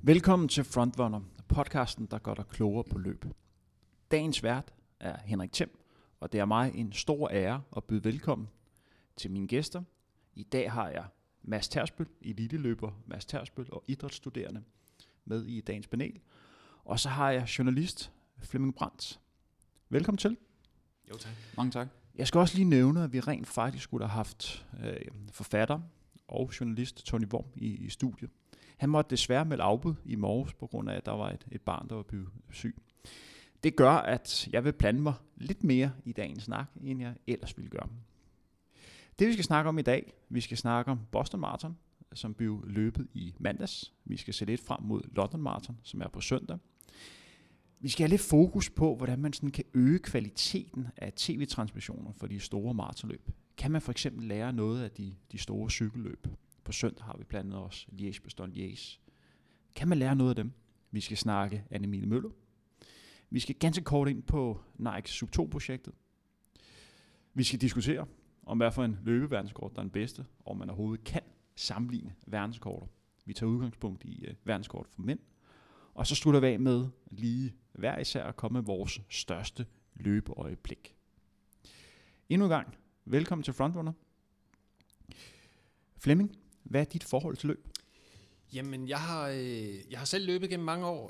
Velkommen til Frontrunner, podcasten, der gør dig klogere på løb. Dagens vært er Henrik Thiem, og det er mig en stor ære at byde velkommen til mine gæster. I dag har jeg Mads Tersbøl, eliteløber Mads Tersbøl og idrætsstuderende med i dagens panel. Og så har jeg journalist Flemming Brandt. Velkommen til. Jo tak. Mange tak. Jeg skal også lige nævne, at vi rent faktisk skulle have haft forfatter og journalist Tony Worm i studiet. Han måtte desværre melde afbud i morges, på grund af, at der var et barn, der var blevet syg. Det gør, at jeg vil blande mig lidt mere i dagens snak, end jeg ellers ville gøre. Det vi skal snakke om i dag, vi skal snakke om Boston Marathon, som blev løbet i mandags. Vi skal se lidt frem mod London Marathon, som er på søndag. Vi skal have lidt fokus på, hvordan man sådan kan øge kvaliteten af tv-transmissioner for de store maratonløb. Kan man for eksempel lære noget af de store cykelløb? På søndag har vi blandt andet også Liège-Bastogne-Liège. Kan man lære noget af dem? Vi skal snakke Anne-Mille Møller. Vi skal ganske kort ind på Nike Sub 2-projektet. Vi skal diskutere om hvad for en løbeverdensrekord, der er den bedste, og om man overhovedet kan sammenligne verdensrekorder. Vi tager udgangspunkt i verdensrekord for mænd. Og så slutter vi af med lige hver især at komme med vores største løbeøjeblik. Endnu en gang, velkommen til Frontrunner. Flemming, hvad er dit forhold til løb? Jamen, jeg har selv løbet gennem mange år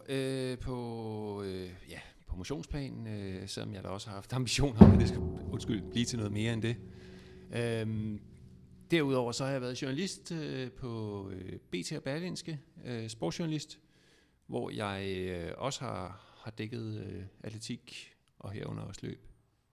på motionsplan, selvom jeg da også har haft ambitioner om, at det skal blive til noget mere end det. Derudover så har jeg været journalist på BT og Berlingske, sportsjournalist, hvor jeg også har dækket atletik og herunder også løb.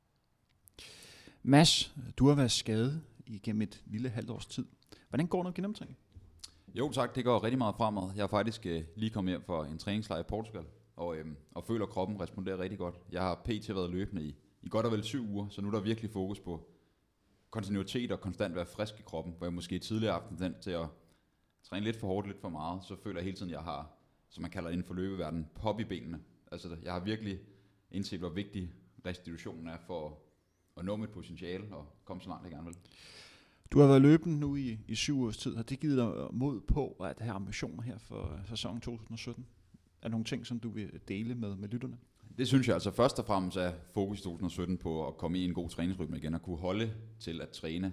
Mads, du har været skadet igennem et lille halvt års tid. Hvordan går det med genoptræning? Jo tak, det går rigtig meget fremad. Jeg har faktisk lige kommet hjem for en træningslejr i Portugal, og føler, at kroppen responderer rigtig godt. Jeg har pt. Været løbende i godt og vel 7 uger, så nu er der virkelig fokus på kontinuitet og konstant være frisk i kroppen, hvor jeg måske tidligere har haft en tendens til at træne lidt for hårdt, lidt for meget. Så føler jeg hele tiden, at jeg har, som man kalder inden for løbeverdenen, pop i benene. Altså, jeg har virkelig indset, hvor vigtig restitutionen er for at nå mit potentiale og komme så langt, jeg gerne vil. Du har været løbende nu i 7 års tid. Har det givet dig mod på at have ambitioner her for sæsonen 2017? Er der nogle ting, som du vil dele med lytterne? Det synes jeg altså først og fremmest er fokus i 2017 på at komme i en god træningsrytme igen og kunne holde til at træne.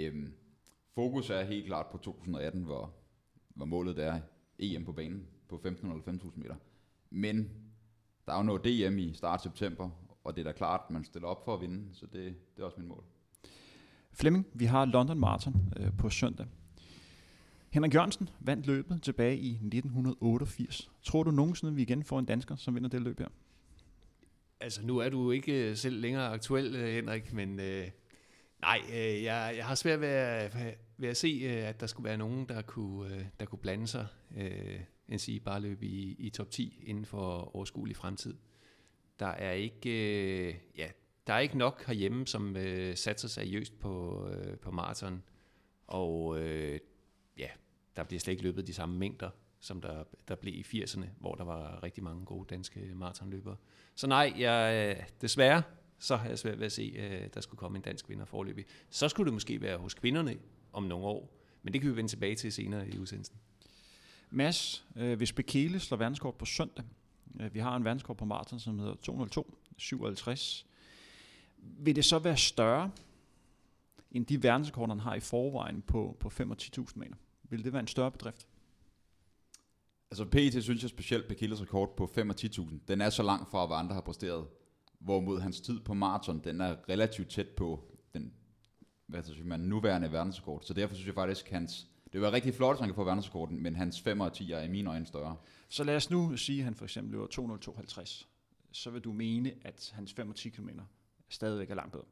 Fokus er helt klart på 2018, hvor målet er EM på banen på 1500 eller 5.000 meter. Men der er jo noget DM i start september, og det er da klart, at man stiller op for at vinde, så det er også mit mål. Flemming, vi har London Marathon på søndag. Henrik Jørgensen vandt løbet tilbage i 1988. Tror du nogensinde, vi igen får en dansker, som vinder det løb her? Altså, nu er du ikke selv længere aktuel, Henrik, men jeg har svært ved at se, at der skulle være nogen, der kunne blande sig, end sige bare løbe i top 10 inden for overskuelig fremtid. Der er ikke nok herhjemme, som satser seriøst på maraton, og der bliver slet ikke løbet de samme mængder, som der blev i 80'erne, hvor der var rigtig mange gode danske maratonløbere. Så nej, desværre, så har jeg svært ved at se, at der skulle komme en dansk vinder foreløbig. Så skulle det måske være hos kvinderne om nogle år, men det kan vi vende tilbage til senere i udsendelsen. Mads, hvis Bekele slår verdenskort på søndag, vi har en verdenskort på maraton, som hedder 202,57. Vil det så være større end de verdensrekorder, han har i forvejen på 5 og 10.000 meter? Vil det være en større bedrift? Altså PT synes jeg specielt Bekeles rekord på 5 og 10.000, den er så langt fra, hvad andre har præsteret. Hvorimod hans tid på maraton, den er relativt tæt på den nuværende verdensrekord. Så derfor synes jeg faktisk, det vil være rigtig flot, at han kan få verdensrekorden, men hans 5 og 10 er i mine øjne større. Så lad os nu sige, at han for eksempel løber 202,50. Så vil du mene, at hans 5 og 10 km stadigvæk er langt bedre?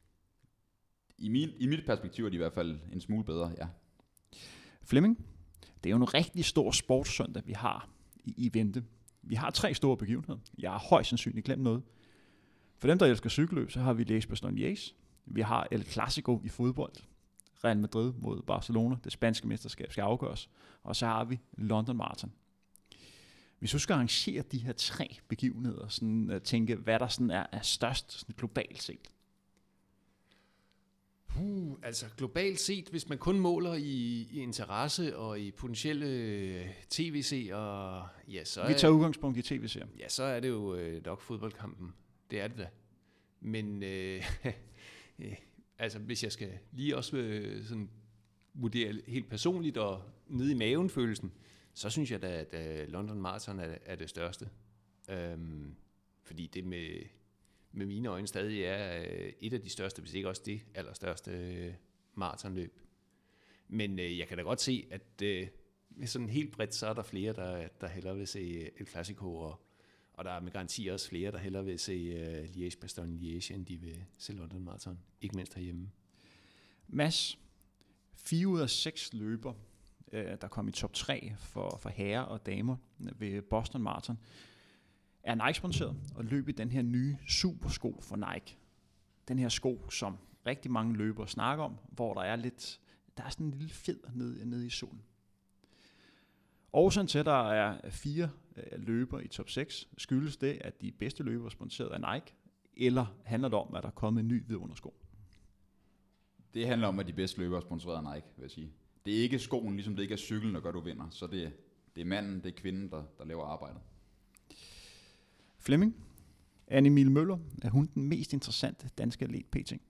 I mit perspektiv er de i hvert fald en smule bedre, ja. Flemming, det er jo en rigtig stor sportssøndag, vi har i vente. Vi har 3 store begivenheder. Jeg har højst sandsynligt glemt noget. For dem, der elsker cykelløb, så har vi Liège-Bastogne-Liège. Vi har El Clasico i fodbold. Real Madrid mod Barcelona. Det spanske mesterskab skal afgøres. Og så har vi London Marathon. Hvis du skal arrangere de her 3 begivenheder, sådan at tænke, hvad der sådan er størst sådan globalt set. Altså globalt set, hvis man kun måler i interesse og i potentielle tv-seere, ja, så Vi tager udgangspunkt i tv-serier. Ja, så er det jo nok fodboldkampen. Det er det da. Men altså, hvis jeg skal lige også sådan vurdere helt personligt og nede i maven-følelsen, så synes jeg da, at London Marathon er det største. Fordi det med mine øjne stadig er et af de største, hvis ikke også det allerstørste maratonløb. Men jeg kan da godt se, at sådan helt bredt, så er der flere, der hellere vil se El Clasico, og der er med garanti også flere, der hellere vil se Liège-Bastogne-Liège, end de vil se London Marathon, ikke mindst herhjemme. Mads, 4 ud af 6 løber, der kom i top 3 for herrer og damer ved Boston Marathon, er Nike-sponsoreret og løb i den her nye supersko for Nike. Den her sko, som rigtig mange løbere snakker om, hvor der er sådan en lille fjeder nede i solen. Årsagen til, at der er 4 løbere i top 6, skyldes det, at de bedste løbere er sponsoreret af Nike, eller handler det om, at der er kommet en ny vidundersko? Det handler om, at de bedste løbere er sponsoreret af Nike, vil jeg sige. Det er ikke skoen, ligesom det ikke er cyklen, der gør, du vinder. Så det er manden, det er kvinden, der laver arbejdet. Flemming, Anne-Emil Møller, er hun den mest interessante danske atlet pt? Det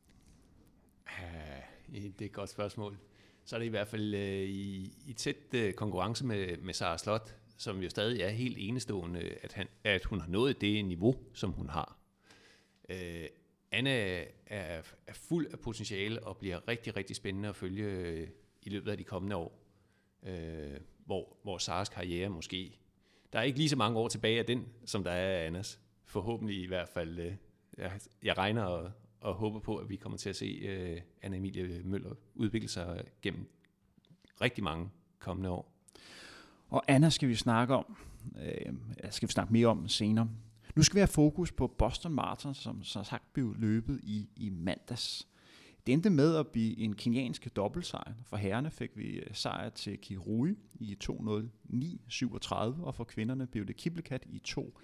er et godt spørgsmål. Så er det i hvert fald i tæt konkurrence med Sara Slot, som jo stadig er helt enestående, at hun har nået det niveau, som hun har. Anna er fuld af potentiale og bliver rigtig, rigtig spændende at følge i løbet af de kommende år, hvor Saras karriere måske... Der er ikke lige så mange år tilbage af den, som der er af Annas. Forhåbentlig i hvert fald. Jeg regner og håber på, at vi kommer til at se Anne-Emilie Møller udvikle sig gennem rigtig mange kommende år. Og Anna skal vi snakke mere om senere. Nu skal vi have fokus på Boston Marathon, som sagt blev løbet i mandags. Det endte med at blive en kenyansk dobbeltsejr. For herrerne fik vi sejr til Kirui i 2:09:37, og for kvinderne blev det Kiplekat i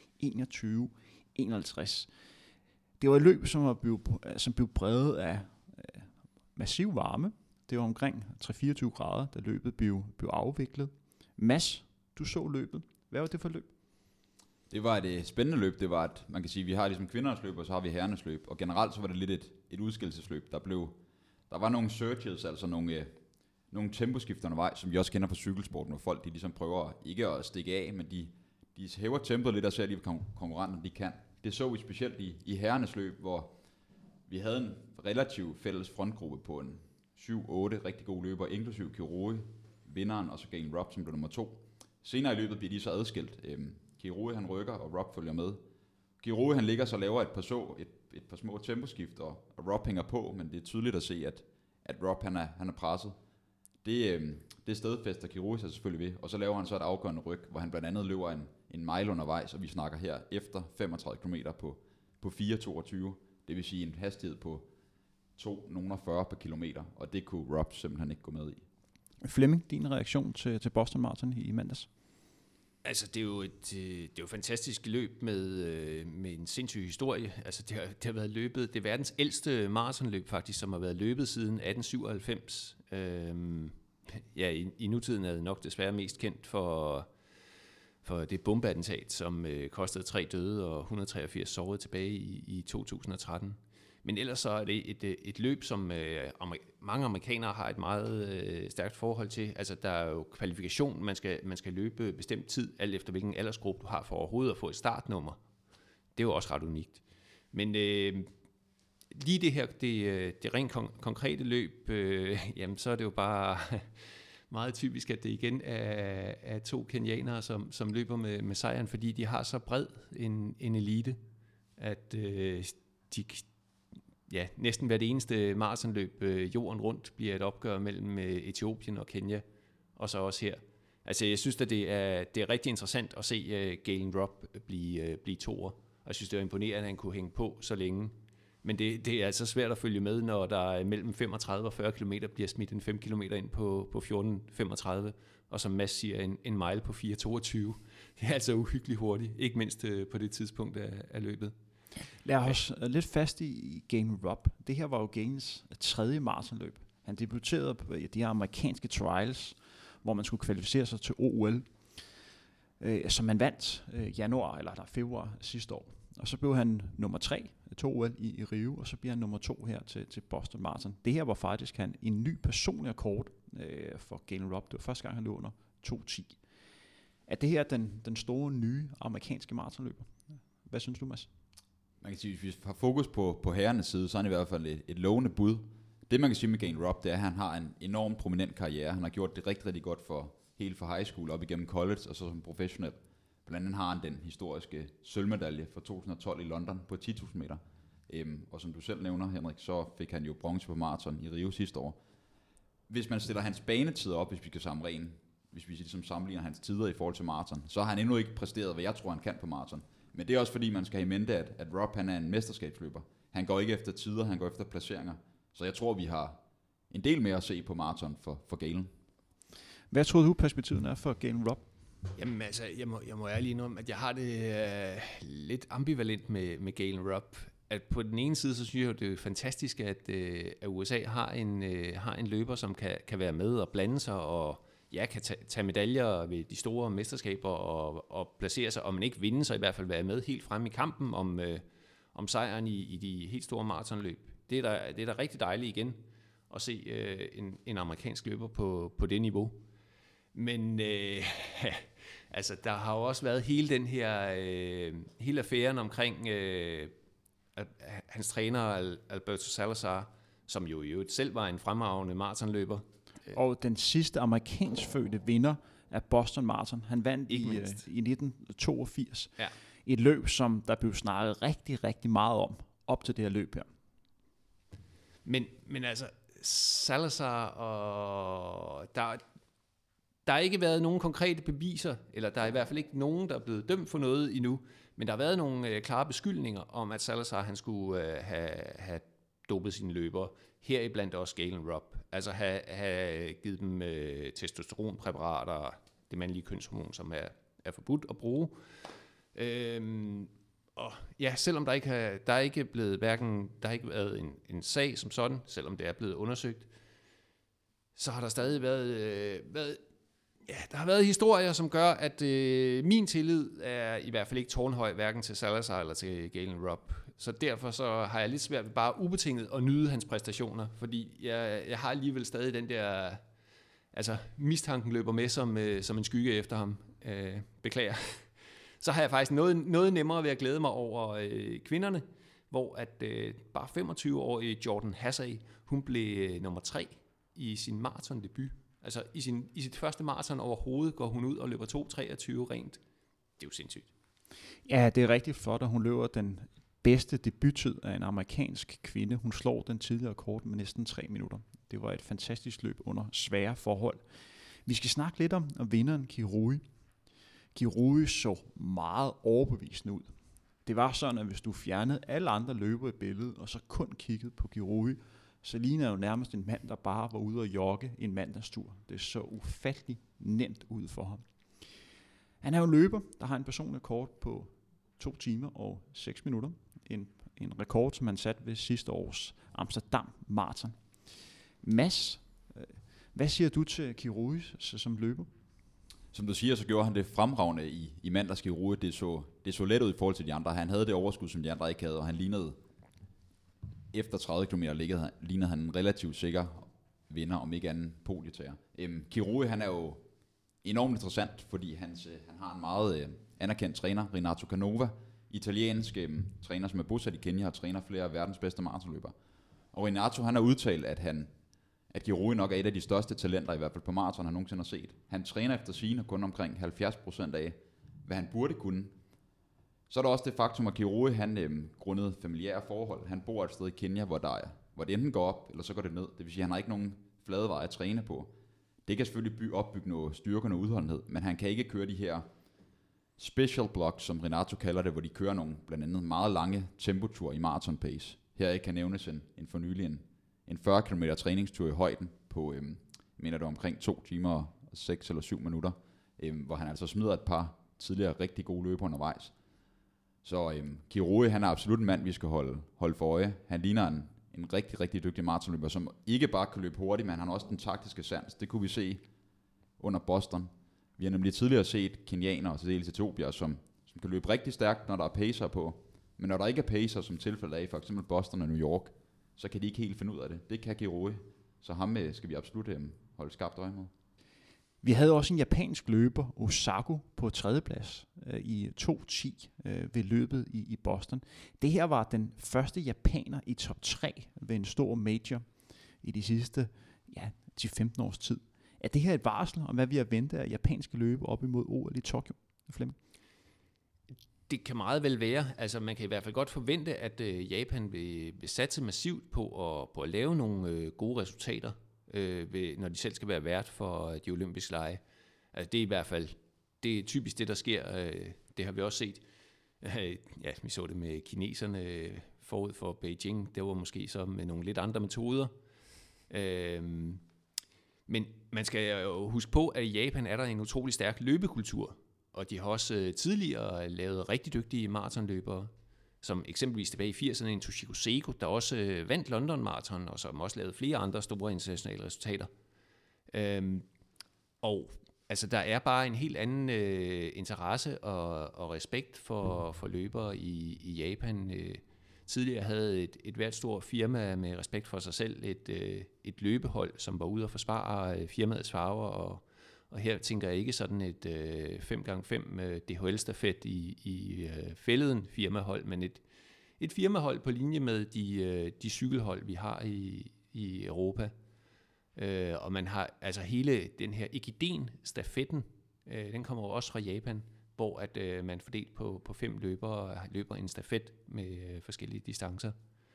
2:21:51. Det var et løb, som blev præget af massiv varme. Det var omkring 3-24 grader, da løbet blev afviklet. Mads, du så løbet. Hvad var det for løb? Det var et spændende løb. Det var man kan sige, vi har ligesom kvindernes løb, og så har vi herrenes løb. Og generelt så var det lidt et udskillelsesløb. Der var nogle surges, altså nogle temposkifter undervejs, som vi også kender fra cykelsporten, hvor folk de ligesom prøver ikke at stikke af, men de hæver tempoet lidt og ser lige, hvad konkurrenterne de kan. Det så vi specielt i herrenes løb, hvor vi havde en relativ fælles frontgruppe på en 7-8 rigtig gode løber, inklusiv Kirui, vinderen, og så Galen Rupp, som blev nummer 2. Senere i løbet bliver de så adskilt. Kirui han rykker, og Rupp følger med. Kirui han ligger så laver et par små temposkift, og Rupp hænger på, men det er tydeligt at se, at Rupp han er presset. Det stedfæster Kirui sig selvfølgelig ved, og så laver han så et afgørende ryg, hvor han blandt andet løber en mile undervejs, og vi snakker her efter 35 km på 4:22. Det vil sige en hastighed på 2:40 per kilometer, og det kunne Rupp simpelthen ikke gå med i. Flemming, din reaktion til Boston Marathon i mandags? Altså, det er jo et fantastisk løb med en sindssyg historie. Altså, det har været løbet, det er verdens ældste maratonløb faktisk, som har været løbet siden 1897. I nutiden er det nok desværre mest kendt for det bombeattentat, som kostede 3 døde og 183 sårede tilbage i 2013. Men ellers så er det et løb, som mange amerikanere har et meget stærkt forhold til. Altså, der er jo kvalifikation, man skal løbe bestemt tid, alt efter hvilken aldersgruppe du har for overhovedet at få et startnummer. Det er jo også ret unikt. Men lige det her, det rent konkrete løb, jamen så er det jo bare meget typisk, at det igen er 2 kenianere, som løber med sejren, fordi de har så bred en elite, at de... Ja, næsten hvert eneste maratonløb jorden rundt bliver et opgør mellem Etiopien og Kenya, og så også her. Altså, jeg synes, at det er rigtig interessant at se Galen Rupp blive toer, og jeg synes, det er imponerende, at han kunne hænge på så længe. Men det er altså svært at følge med, når der mellem 35 og 40 km bliver smidt en 5 km ind på 14:35, og som Mads siger, en mile på 4:22. Det er altså uhyggeligt hurtigt, ikke mindst på det tidspunkt af løbet. Lad os lidt fast i Galen Rupp. Det her var jo Galens 3. maratonløb. Han debuterede på de her amerikanske trials, hvor man skulle kvalificere sig til OL, som man vandt februar sidste år. Og så blev han nummer 3 til OL i Rio, og så bliver han nummer 2 her til Boston Marathon. Det her var faktisk en ny personlig rekord for Galen Rupp. Det var første gang, han lå under 2:10. Er det her den store nye amerikanske maratonløber? Hvad synes du, Mads? Man kan sige, hvis vi har fokus på herrenes side, så er han i hvert fald et lovende bud. Det man kan sige med Galen Rupp, det er, at han har en enormt prominent karriere. Han har gjort det rigtig, rigtig godt helt fra high school op igennem college og så som professionel. Blandt andet har han den historiske sølvmedalje fra 2012 i London på 10.000 meter. Og som du selv nævner, Henrik, så fik han jo bronze på maraton i Rio sidste år. Hvis man stiller hans banetider op, hvis vi ligesom sammenligner hans tider i forhold til maraton, så har han endnu ikke præsteret, hvad jeg tror, han kan på maraton. Men det er også fordi, man skal have i mente, at Rupp han er en mesterskabsløber. Han går ikke efter tider, han går efter placeringer. Så jeg tror, vi har en del mere at se på maraton for Galen. Hvad tror du perspektivet er for Galen Rupp? Jamen altså, jeg må ærlig indrømme, at jeg har det lidt ambivalent med Galen Rupp. At på den ene side, så synes jeg, det er fantastisk, at USA har en løber, som kan være med og blande sig, og kan tage medaljer ved de store mesterskaber og placere sig, og man ikke vinde, så i hvert fald være med helt frem i kampen om sejren i de helt store maratonløb. Det er da rigtig dejligt igen at se en amerikansk løber på det niveau. Men altså, der har jo også været hele den her hele affæren omkring hans træner Alberto Salazar, som jo selv var en fremragende maratonløber. Og den sidste amerikansk fødte vinder af Boston Marathon. Han vandt i 1982. Ja. Et løb, som der blev snakket rigtig, rigtig meget om op til det her løb her. Men altså, Salazar og der har ikke været nogen konkrete beviser, eller der er i hvert fald ikke nogen, der er blevet dømt for noget endnu, men der har været nogle klare beskyldninger om, at Salazar han skulle have dopet sine løbere, heriblandt også Galen Rupp. Altså have givet dem testosteronpræparater, det mandlige kønshormon, som er forbudt at bruge. Og ja, selvom der ikke har været en sag som sådan, selvom det er blevet undersøgt, så har der stadig været der har været historier, som gør, at min tillid er i hvert fald ikke tårnhøj, hverken til Salazar eller til Galen Rupp. Så derfor så har jeg lidt svært ved bare ubetinget at nyde hans præstationer, fordi jeg har alligevel stadig den der, altså mistanken løber med som en skygge efter ham. Beklager. Så har jeg faktisk noget nemmere ved at glæde mig over kvinderne, hvor at bare 25-årige Jordan Hassay, hun blev nummer 3 i sin maratondebut. Altså i sit første maraton overhovedet går hun ud og løber 2:23 rent. Det er jo sindssygt. Ja, det er rigtig flot, at hun løber den bedste debuttid af en amerikansk kvinde. Hun slår den tidligere rekord med næsten 3 minutter. Det var et fantastisk løb under svære forhold. Vi skal snakke lidt om vinderen Kirui. Kirui så meget overbevisende ud. Det var sådan, at hvis du fjernede alle andre løbere i billedet, og så kun kiggede på Kirui, så ligner jo nærmest en mand, der bare var ude at jogge en mandagstur. Det så ufattelig nemt ud for ham. Han er jo løber, der har en personlig rekord på 2 timer og 6 minutter. En rekord, som han satte ved sidste års Amsterdam Marathon. Mads, hvad siger du til Kirui som løber? Som du siger, så gjorde han det fremragende i mandags Kirui. Det så let ud i forhold til de andre. Han havde det overskud, som de andre ikke havde, og han lignede efter 30 km lignede han en relativt sikker vinder, om ikke anden podietager. Kirui, han er jo enormt interessant, fordi han har en meget anerkendt træner, Renato Canova, italiensk træner, som er bosat i Kenya og træner flere af verdens bedste maratonløbere. Og Renato, han har udtalt, at Kirui nok er et af de største talenter, i hvert fald på maraton, han nogensinde har set. Han træner efter sigende kun omkring 70% af, hvad han burde kunne. Så er der også det faktum, at Kirui, han grundet familiære forhold, han bor et sted i Kenya, hvor det enten går op, eller så går det ned. Det vil sige, at han har ikke nogen flade veje at træne på. Det kan selvfølgelig opbygge noget styrke og udholdenhed, men han kan ikke køre de her special blocks, som Renato kalder det, hvor de kører nogle blandt andet meget lange tempoture i marathon pace. Her kan nævnes for nylig en 40 km træningstur i højden på, mener det omkring 2 timer og 6 eller 7 minutter, hvor han altså smider et par tidligere rigtig gode løber undervejs. Så Kiroe, han er absolut en mand, vi skal holde for øje. Han ligner en rigtig, rigtig dygtig maratonløber, som ikke bare kan løbe hurtigt, men han har også den taktiske sans. Det kunne vi se under Boston. Vi har nemlig tidligere set kenianer og til dels etiopier, som kan løbe rigtig stærkt, når der er pacer på. Men når der ikke er pacer, som tilfældet er i for eksempel Boston og New York, så kan de ikke helt finde ud af det. Det kan Kiroe. Så ham skal vi absolut holde skarpt øje med. Vi havde også en japansk løber, Osako, på 3. plads i 2.10 ved løbet i Boston. Det her var den første japaner i top 3 ved en stor major i de sidste 10-15 års tid. Er det her et varsel om, hvad vi har ventet af japanske løber op imod OL i Tokyo? Flemming? Det kan meget vel være. Altså, man kan i hvert fald godt forvente, at Japan vil satse massivt på at lave nogle gode resultater, når de selv skal være vært for de olympiske lege. Altså, det er i hvert fald det er typisk det, der sker. Det har vi også set. Vi så det med kineserne forud for Beijing. Det var måske så med nogle lidt andre metoder. Men man skal jo huske på, at i Japan er der en utrolig stærk løbekultur. Og de har også tidligere lavet rigtig dygtige maratonløbere, som eksempelvis tilbage i 80'erne en Toshiko Seko, der også vandt London Marathon, og som også lavede flere andre store internationale resultater. Og altså, der er bare en helt anden interesse og respekt for løbere i Japan. Tidligere havde et hvert stort firma med respekt for sig selv et løbehold, som var ude og forsvare firmaets farver, og her tænker jeg ikke sådan et 5x5 DHL-stafet i fælleden firmahold, men et firmahold på linje med de cykelhold, vi har i Europa. Og man har altså hele den her Ekiden-stafetten, den kommer også fra Japan, hvor at man fordelt på 5 løbere løber en stafet med forskellige distancer.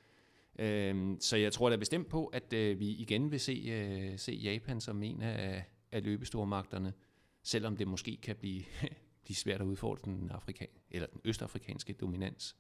Så jeg tror da bestemt på, at vi igen vil se Japan som en af løbestormagterne, selvom det måske kan blive svært at udfordre den østafrikanske dominans.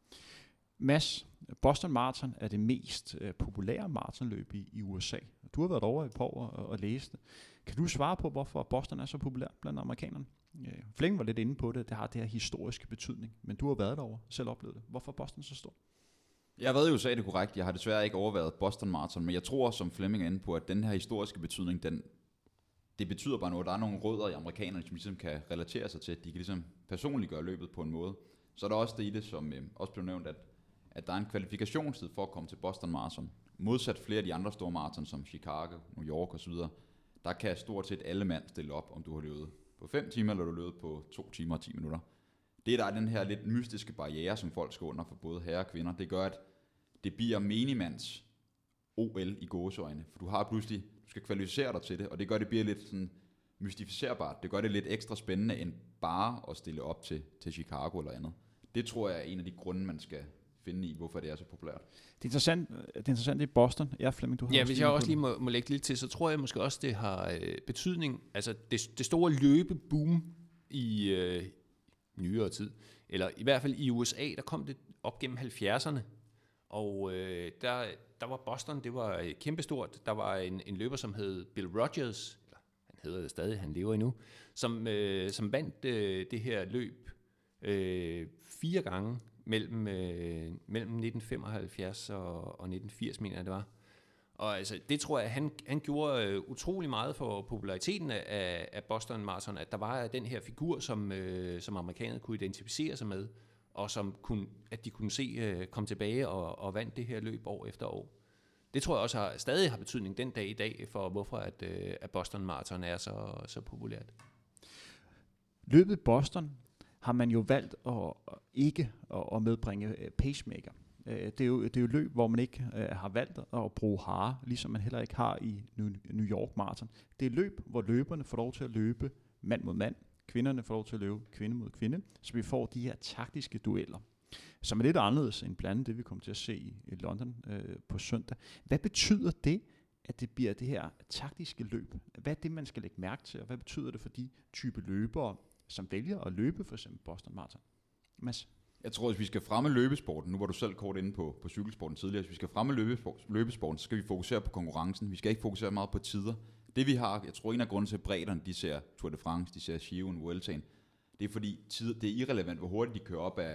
Mads, Boston Marathon er det mest populære maratonløb i USA. Du har været over et par år og læst det. Kan du svare på, hvorfor Boston er så populær blandt amerikanerne? Flemming var lidt inde på det. Det har det her historiske betydning, men du har været derovre, selv oplevet det. Hvorfor er Boston så stor? Jeg har været i USA, det er korrekt. Jeg har desværre ikke overvejet Boston Marathon, men jeg tror, som Flemming er inde på, at den her historiske betydning, det betyder bare noget. Der er nogle rødder i amerikanerne, som ligesom kan relatere sig til, at de kan ligesom personligt gøre løbet på en måde. Så er der også det i det, som også blev nævnt, at der er en kvalifikationstid for at komme til Boston Marathon. Modsat flere af de andre store marathon, som Chicago, New York osv., der kan stort set alle mand stille op, om du har løbet på 5 timer, eller du har løbet på 2 timer og 10 minutter. Det der er den her lidt mystiske barriere, som folk skal under for både herrer og kvinder, det gør, at det bliver menimands OL i gåseøjne, for du har pludselig, du skal kvalificere dig til det, og det gør, det bliver lidt sådan mystificerbart. Det gør det lidt ekstra spændende, end bare at stille op til Chicago eller andet. Det tror jeg er en af de grunde, man skal finde i, hvorfor det er så populært. Det er interessant i Boston. Ja, Flemming, du har hvis jeg også lige må lægge lidt til, så tror jeg måske også, det har betydning. Altså det store løbeboom i nyere tid, eller i hvert fald i USA, der kom det op gennem 70'erne. Og der var Boston, det var kæmpestort. Der var en løber, som hed Bill Rodgers, eller han hedder det stadig, han lever endnu, som vandt det her løb 4 gange mellem 1975 og 1980, mener jeg det var. Og altså, det tror jeg, han gjorde utrolig meget for populariteten af Boston Marathon, at der var den her figur, som amerikanerne kunne identificere sig med, og at de kunne se komme tilbage og vandt det her løb år efter år. Det tror jeg også stadig har betydning den dag i dag, for hvorfor at Boston Marathon er så populært. Løbet Boston har man jo valgt ikke at medbringe pacemaker. Det er jo løb, hvor man ikke har valgt at bruge hare, ligesom man heller ikke har i New York Marathon. Det er løb, hvor løberne får lov til at løbe mand mod mand. Kvinderne får lov til at løbe kvinde mod kvinde, så vi får de her taktiske dueller, som er lidt anderledes end blandt det, vi kommer til at se i London på søndag. Hvad betyder det, at det bliver det her taktiske løb? Hvad er det, man skal lægge mærke til, og hvad betyder det for de type løbere, som vælger at løbe for eksempel Boston Marathon? Mads? Jeg tror, hvis vi skal fremme løbesporten, nu var du selv kort inde på cykelsporten tidligere, hvis vi skal fremme løbesporten, så skal vi fokusere på konkurrencen. Vi skal ikke fokusere meget på tider. Det vi har, jeg tror en af grunden til, at bredderne, de ser Tour de France, de ser Giroen, Vueltaen, det er fordi det er irrelevant, hvor hurtigt de kører op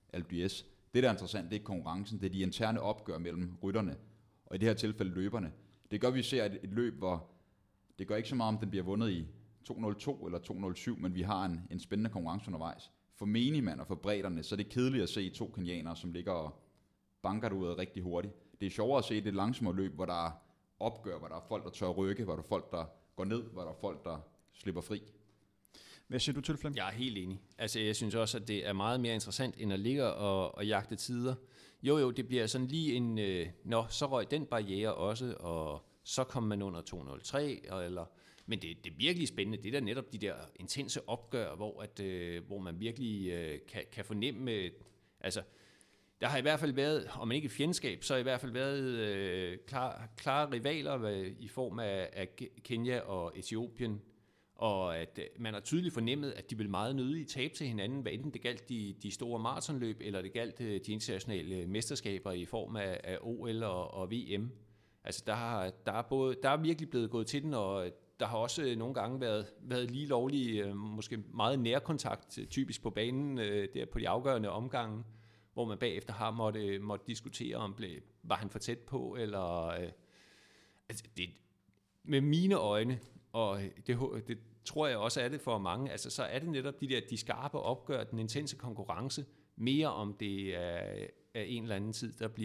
Alpe d'Huez. Det, der er interessant, det er ikke konkurrencen, det er de interne opgør mellem rytterne, og i det her tilfælde løberne. Det gør, vi ser et løb, hvor det gør ikke så meget, om den bliver vundet i 2.02 eller 2.07, men vi har en spændende konkurrence undervejs. For menigmand og for bredderne, så er det kedeligt at se 2 kenianere, som ligger og banker derud rigtig hurtigt. Det er sjovere at se det langsommere løb, hvor der er opgør, hvor der er folk, der tør rykke, hvor der er folk, der går ned, hvor der er folk, der slipper fri. Hvad siger du til, Flemming? Jeg er helt enig. Altså, jeg synes også, at det er meget mere interessant, end at ligge og jagte tider. Jo, det bliver sådan lige en... så røg den barriere også, og så kom man under 203, men det er virkelig spændende. Det er da netop de der intense opgør, hvor man virkelig kan fornemme... Altså, der har i hvert fald været, om man ikke fjendskab, så har i hvert fald været klare rivaler i form af Kenya og Etiopien, og at man har tydeligt fornemmet, at de vil meget nødigt tabe til hinanden, hvad enten det galt de store maratonløb, eller det galt de internationale mesterskaber i form af OL og VM. Altså der er virkelig blevet gået til den, og der har også nogle gange været lige lovlig, måske meget nærkontakt, typisk på banen, der på de afgørende omgange, hvor man bagefter har måtte diskutere, om var han for tæt på, eller... altså det, med mine øjne, og det tror jeg også er det for mange, altså så er det netop de skarpe opgør, den intense konkurrence, mere om det er en eller anden tid, der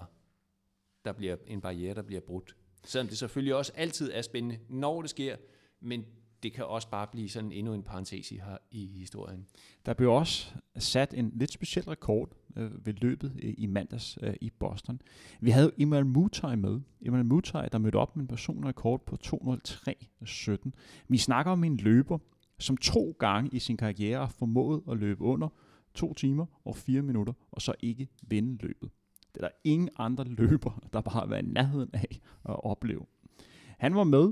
bliver en barriere, der bliver brudt. Selvom det selvfølgelig også altid er spændende, når det sker, men det kan også bare blive sådan endnu en parentes i historien. Der blev også sat en lidt speciel rekord ved løbet i mandags i Boston. Vi havde Imran Mutai med. Imran Mutai, der mødte op med en personrekord på 2:03.17. Vi snakker om en løber, som 2 gange i sin karriere har formået at løbe under 2 timer og 4 minutter, og så ikke vinde løbet. Det er der ingen andre løber, der bare har været i nærheden af at opleve. Han var med.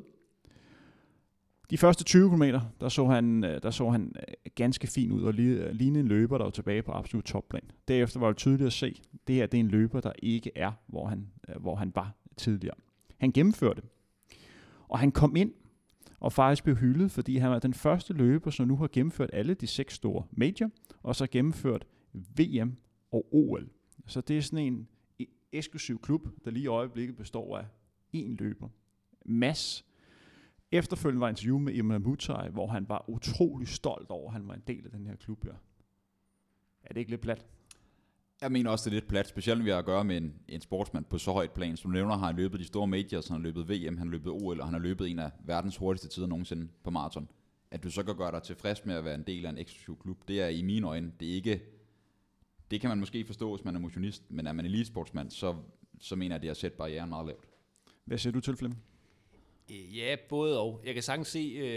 De første 20 km, der så han ganske fin ud og lignede en løber, der var tilbage på absolut topplan. Derefter var det tydeligt at se, at det her det er en løber, der ikke er, hvor han var tidligere. Han gennemførte, og han kom ind og faktisk blev hyldet, fordi han var den første løber, som nu har gennemført alle de 6 store major, og så gennemført VM og OL. Så det er sådan en eksklusiv klub, der lige i øjeblikket består af 1 løber. Mads. Efterfølgende var interview med Imran Mutai, hvor han var utrolig stolt over, at han var en del af den her klub her. Er det ikke lidt plat? Jeg mener også, det er lidt plat, specielt når vi har at gøre med en sportsmand på så højt plan. Som du nævner, har han løbet de store majors, han har løbet VM, han har løbet OL, og han har løbet en af verdens hurtigste tider nogensinde på maraton. At du så kan gøre dig tilfreds med at være en del af en eksklusiv klub, det er i mine øjne, det er ikke... Det kan man måske forstå, hvis man er motionist, men er man elitesportsmand, så mener jeg, at det har sat barrieren meget lavt. Hvad siger du til, Flemming? Ja, både og. Jeg kan sagtens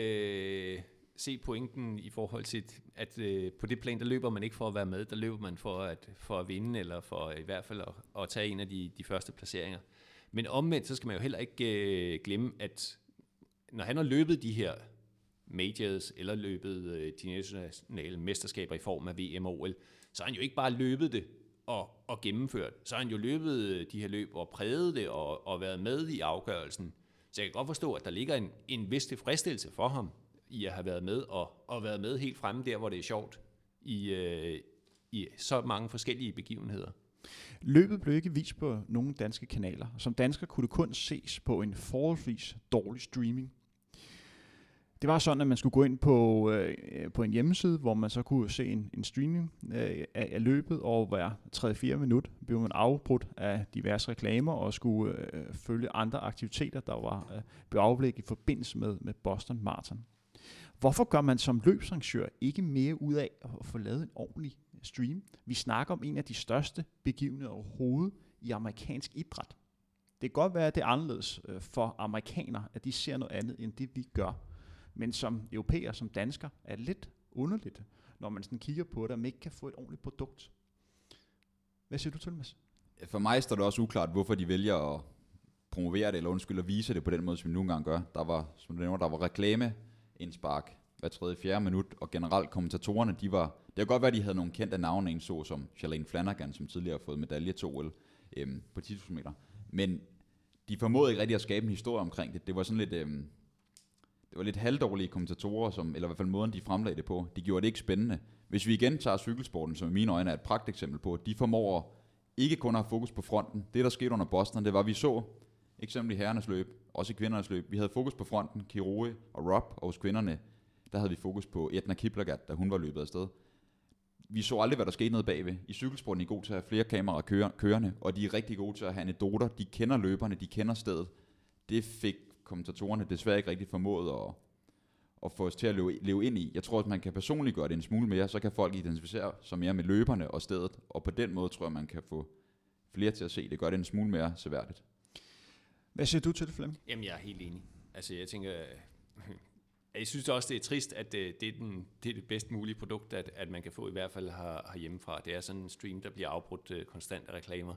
se pointen i forhold til, at på det plan, der løber man ikke for at være med, der løber man for at vinde, eller for i hvert fald at tage en af de første placeringer. Men omvendt, så skal man jo heller ikke glemme, at når han har løbet de her majors, eller løbet de nationale mesterskaber i form af VM og OL, så har han jo ikke bare løbet det og gennemført. Så har han jo løbet de her løb og præget det og været med i afgørelsen. Så jeg kan godt forstå, at der ligger en vis tilfredsstillelse for ham i at have været med og været med helt fremme der, hvor det er sjovt i så mange forskellige begivenheder. Løbet blev ikke vist på nogle danske kanaler. Som dansker kunne det kun ses på en forholdsvis dårlig streaming. Det var sådan, at man skulle gå ind på en hjemmeside, hvor man så kunne se en streaming af løbet, og hver 3-4 minut blev man afbrudt af diverse reklamer og skulle følge andre aktiviteter, der blev afblik i forbindelse med Boston Marathon. Hvorfor gør man som løbsarrangør ikke mere ud af at få lavet en ordentlig stream? Vi snakker om en af de største begivenheder overhovedet i amerikansk idræt. Det kan godt være, at det er anderledes for amerikanere, at de ser noget andet, end det vi gør. Men som europæer, som dansker, er det lidt underligt, når man sådan kigger på det, at man ikke kan få et ordentligt produkt. Hvad siger du til, Mads? For mig står det også uklart, hvorfor de vælger at promovere det, eller at vise det på den måde, som vi nogle gange gør. Der var, som du nævner, der var reklame, indspark hver 3-4 minut, og generelt kommentatorerne, det kan godt være, at de havde nogle kendte navne, en så som Shalane Flanagan, som tidligere har fået medalje til OL på 10.000 meter. Men de formåede ikke rigtig at skabe en historie omkring det. Det var sådan lidt... det var lidt halvdårlige kommentatorer, eller i hvert fald måden, de fremlagde det på. De gjorde det ikke spændende. Hvis vi igen tager cykelsporten, som i mine øjne er et pragteksempel på, at de formår ikke kun at have fokus på fronten. Det, der skete under Boston, det var, at vi så eksempel i herrenes løb, også i kvindernes løb. Vi havde fokus på fronten, Kiroi og Rob, og hos kvinderne, der havde vi fokus på Edna Kiplagat, da hun var løbet afsted. Vi så aldrig, hvad der skete nede bagved. I cykelsporten er de gode til at have flere kameraer kørende, og de er rigtig gode til at have anekdoter. De kender løberne, de kender stedet. Det fik kommentatorerne desværre ikke rigtig formået at få os til at leve ind i. Jeg tror, at man kan personligt gøre det en smule mere, så kan folk identificere sig mere med løberne og stedet, og på den måde tror jeg, man kan få flere til at se det. Gør det en smule mere seværdigt. Hvad siger du til det, Flemming? Jamen, jeg er helt enig. Altså, jeg tænker, jeg synes også, det er trist, at det er det bedst mulige produkt, at man kan få i hvert fald herhjemmefra. Det er sådan en stream, der bliver afbrudt konstant af reklamer.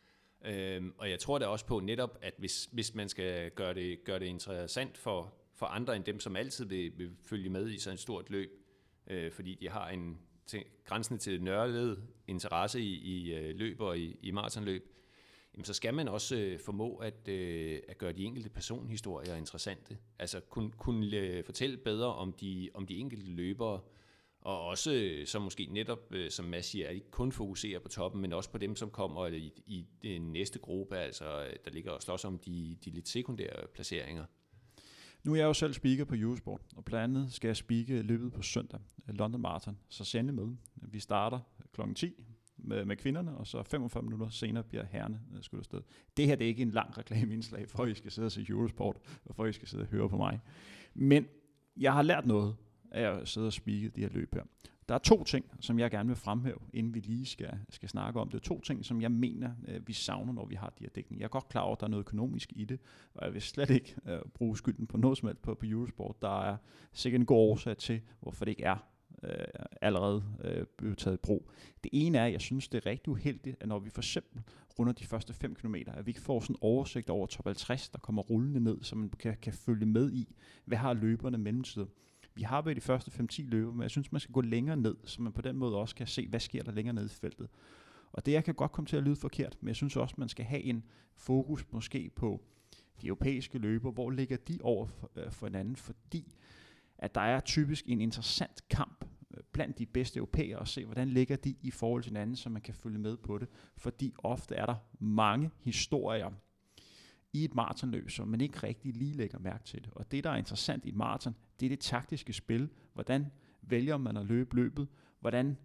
Og jeg tror da også på netop, at hvis man skal gøre det interessant for andre end dem, som altid vil følge med i sådan et stort løb, fordi de har en grænsende til nørdet interesse i løb og i maratonløb, jamen så skal man også formå at gøre de enkelte personhistorier interessante. Altså kunne fortælle bedre om de enkelte løbere, og også så måske netop, som Mads siger, at ikke kun fokusere på toppen, men også på dem, som kommer i den næste gruppe, altså der ligger og slås om de lidt sekundære placeringer. Nu er jeg jo selv speaker på Eurosport, og blandt andet skal jeg speake løbet på søndag, London Marathon, så send med. Vi starter kl. 10 med kvinderne, og så 45 minutter senere bliver herrene skudt afsted. Det her det er ikke en lang reklameindslag, for at I skal sidde og se Eurosport, og for at I skal sidde og høre på mig. Men jeg har lært noget af at sidde og speake de her løb her. Der er 2 ting, som jeg gerne vil fremhæve, inden vi lige skal snakke om det. 2 ting, som jeg mener, vi savner, når vi har de her dækning. Jeg er godt klar over, at der er noget økonomisk i det, og jeg vil slet ikke bruge skylden på noget som helst på Eurosport. Der er sikkert en god årsag til, hvorfor det ikke er allerede blevet taget i brug. Det ene er, at jeg synes, det er rigtig uheldigt, at når vi for eksempel runder de første 5 km, at vi ikke får sådan en oversigt over top 50, der kommer rullende ned, så man kan følge med i, hvad har løberne mellemtid. Vi har været de første 5-10 løber, men jeg synes, man skal gå længere ned, så man på den måde også kan se, hvad sker der længere ned i feltet. Og det her kan godt komme til at lyde forkert, men jeg synes også, man skal have en fokus måske på de europæiske løber, hvor ligger de over for hinanden, fordi at der er typisk en interessant kamp blandt de bedste europæere, og se, hvordan ligger de i forhold til hinanden, så man kan følge med på det. Fordi ofte er der mange historier i et maratonløb, som man ikke rigtig lige lægger mærke til det. Og det, der er interessant i et maraton, det er det taktiske spil. Hvordan vælger man at løbe løbet? Hvordan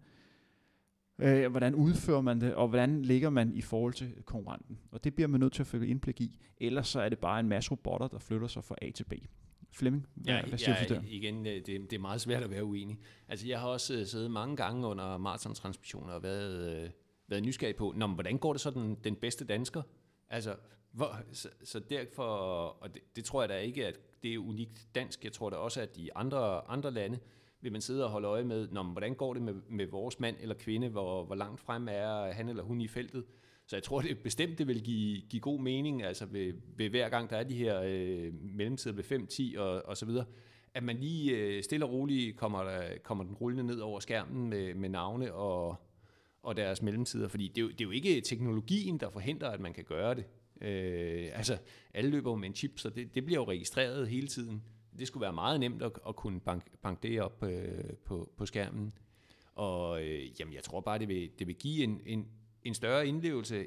udfører man det? Og hvordan ligger man i forhold til konkurrenten? Og det bliver man nødt til at følge indblik i. Ellers så er det bare en masse robotter, der flytter sig fra A til B. Flemming, hvad siger du der? Igen, det er meget svært at være uenig. Altså, jeg har også siddet mange gange under maratontransmissioner og været nysgerrig på, hvordan går det så den bedste dansker? Altså, så derfor, og det tror jeg da ikke, at det er unikt dansk. Jeg tror da også, at i andre lande vil man sidde og holde øje med, hvordan går det med vores mand eller kvinde, hvor langt frem er han eller hun i feltet. Så jeg tror, det bestemt det vil give god mening, altså ved hver gang, der er de her mellemtider ved 5, 10 og så videre, at man lige stille og roligt kommer den rullende ned over skærmen med navne og deres mellemtider, fordi det er jo ikke teknologien, der forhindrer, at man kan gøre det. Altså, alle løber med en chip, så det bliver jo registreret hele tiden. Det skulle være meget nemt at kunne banke det op på skærmen. Og jamen, jeg tror bare, det vil give en større indlevelse,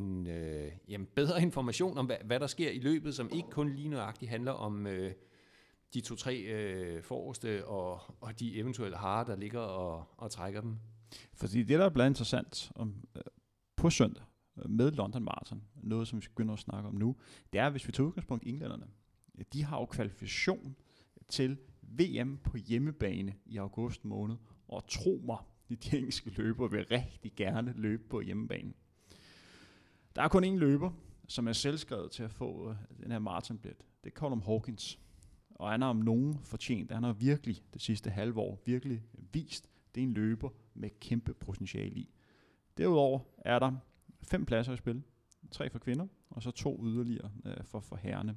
en bedre information om, hvad der sker i løbet, som ikke kun lige nøjagtigt handler om de 2-3 forreste og de eventuelle harer, der ligger og trækker dem. Fordi det, der er blevet interessant på søndag med London Marathon, noget som vi skal begynde at snakke om nu, det er, hvis vi tager udgangspunkt i englænderne. De har jo kvalifikation til VM på hjemmebane i august måned, og tro mig, de engelske løbere vil rigtig gerne løbe på hjemmebane. Der er kun én løber, som er selvskrevet til at få den her maratonbillet. Det er Colum Hawkins. Og han har om nogen fortjent. Han har virkelig det sidste halve år virkelig vist, det er en løber med kæmpe potentiale i. Derudover er der 5 pladser i spil. 3 for kvinder, og så 2 yderligere for herrerne.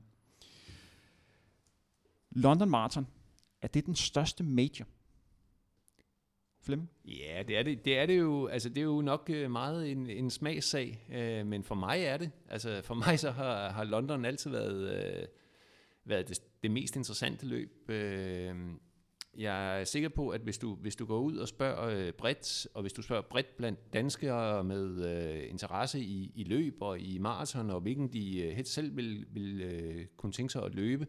London Marathon, er det den største major? Flemming? Ja, det er det jo. Altså, det er jo nok meget en smagssag, men for mig er det. Altså, for mig så har London altid været det mest interessante løb. Jeg er sikker på, at hvis du går ud og spørger bredt, og hvis du spørger bredt blandt danskere med interesse i løb og i maraton, og hvilken de helst selv vil kunne tænke sig at løbe,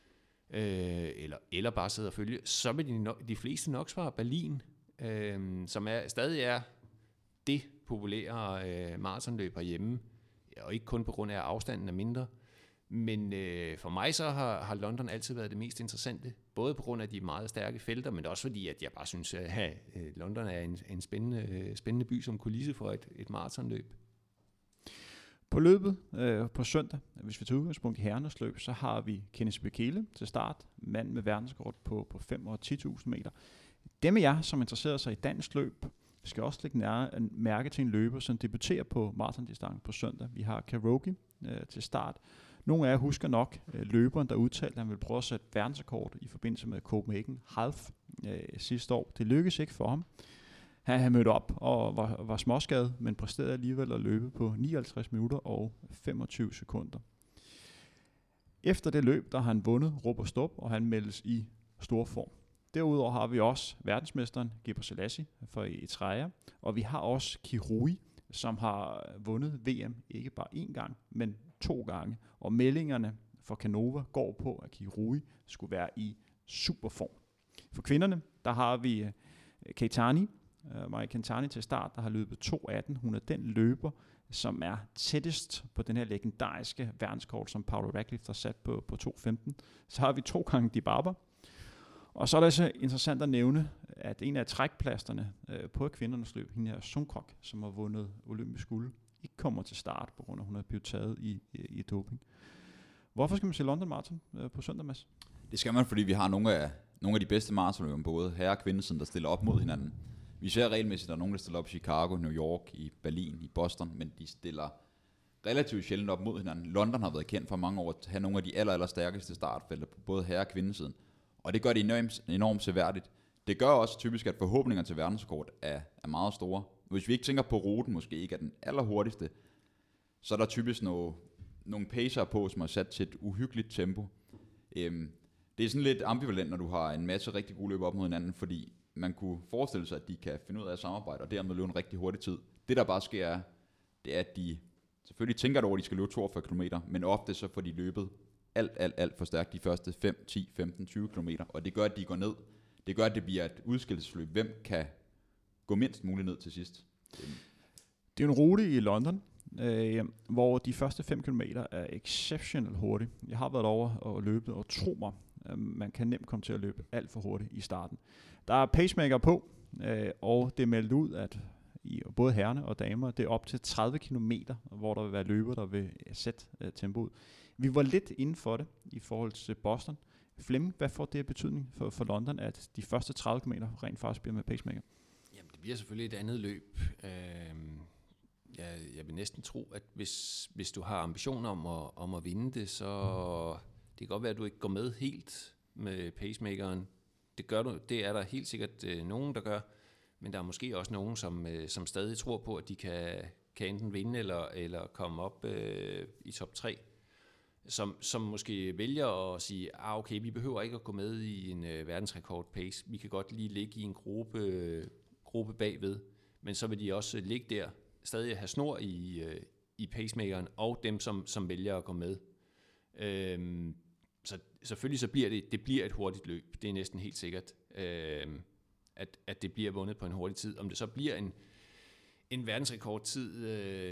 eller bare sidde og følge, så vil de fleste nok svare Berlin, som stadig er det populære maratonløb herhjemme, og ikke kun på grund af, at afstanden er mindre. Men for mig så har London altid været det mest interessante, både på grund af de meget stærke felter, men også fordi, at jeg bare synes, at London er en spændende by som kulisse for et maratonløb. På løbet på søndag, hvis vi tager udgangspunkt i herrenes løb, så har vi Kenneth Bekele til start, mand med verdenskort på 5 og 10.000 meter. Dem af jer, som interesserer sig i dansk løb, skal også lægge mærke til en løber, som debuterer på maratondistancen på søndag. Vi har Karogi til start. Nogle af jer husker nok løberen, der udtalte, at han ville prøve at sætte verdensrekord i forbindelse med Copenhagen Half sidste år. Det lykkedes ikke for ham. Han mødte op og var småskadet, men præsterede alligevel at løbe på 59 minutter og 25 sekunder. Efter det løb, der har han vundet råb og stop, og han meldes i stor form. Derudover har vi også verdensmesteren Gebre Selassie fra Eritrea, og vi har også Kirui, som har vundet VM ikke bare én gang, men 2 gange. Og meldingerne for Canova går på, at Kirui skulle være i superform. For kvinderne, der har vi Maja Keitany til start, der har løbet 2.18. Hun er den løber, som er tættest på den her legendariske verdenskort, som Paula Radcliffe har sat på 2.15. Så har vi 2 gange Dibaba. Og så er det altså interessant at nævne, at en af trækplasterne på kvindernes løb, hende her Sungkok, som har vundet olympisk guld, ikke kommer til start, på grund af, at hun er blevet taget i doping. Hvorfor skal man se London Marathon på søndag, Mads? Det skal man, fordi vi har nogle af de bedste maratonløbere, både herre- og kvindesiden, der stiller op mod hinanden. Vi ser regelmæssigt, at der er nogen, der stiller op i Chicago, New York, i Berlin, i Boston, men de stiller relativt sjældent op mod hinanden. London har været kendt for mange år at have nogle af de aller stærkeste startfelter på både herre- og kvindesiden. Og det gør det enormt seværdigt. Det gør også typisk, at forhåbninger til verdensrekord er meget store. Hvis vi ikke tænker på ruten, måske ikke er den allerhurtigste, så er der typisk nogle pacer på, som er sat til et uhyggeligt tempo. Det er sådan lidt ambivalent, når du har en masse rigtig gode løb op mod hinanden, fordi man kunne forestille sig, at de kan finde ud af at samarbejde, og dermed løbe en rigtig hurtig tid. Det, der bare sker, det er, at de selvfølgelig tænker over, at de skal løbe 42 km, men ofte så får de løbet alt for stærkt de første 5, 10, 15, 20 km, og det gør, at de går ned. Det gør, at det bliver et udskillelsesløb. Hvem kan gå mindst muligt ned til sidst? Det er en rute i London, hvor de første 5 km er exceptionelt hurtige. Jeg har været over og løbet, og tro mig, man kan nemt komme til at løbe alt for hurtigt i starten. Der er pacemaker på, og det er meldt ud, at både herrerne og damer, det er op til 30 km, hvor der vil være løber, der vil sætte tempoet. Vi var lidt inden for det i forhold til Boston. Flemming, hvad får det af betydning for London, at de første 30 km rent faktisk bliver med pacemaker? Jamen, det bliver selvfølgelig et andet løb. Jeg vil næsten tro, at hvis du har ambitioner om at vinde det, så det kan godt være, at du ikke går med helt med pacemakeren. Det gør du. Det er der helt sikkert nogen, der gør, men der er måske også nogen, som stadig tror på, at de kan enten vinde eller komme op i top 3. Som måske vælger at sige, okay, vi behøver ikke at gå med i en verdensrekord pace. Vi kan godt lige ligge i en gruppe bagved, men så vil de også ligge der, stadig have snor i pacemakeren, og dem, som vælger at gå med. Så selvfølgelig så bliver det bliver et hurtigt løb. Det er næsten helt sikkert, at det bliver vundet på en hurtig tid. Om det så bliver en verdensrekordtid,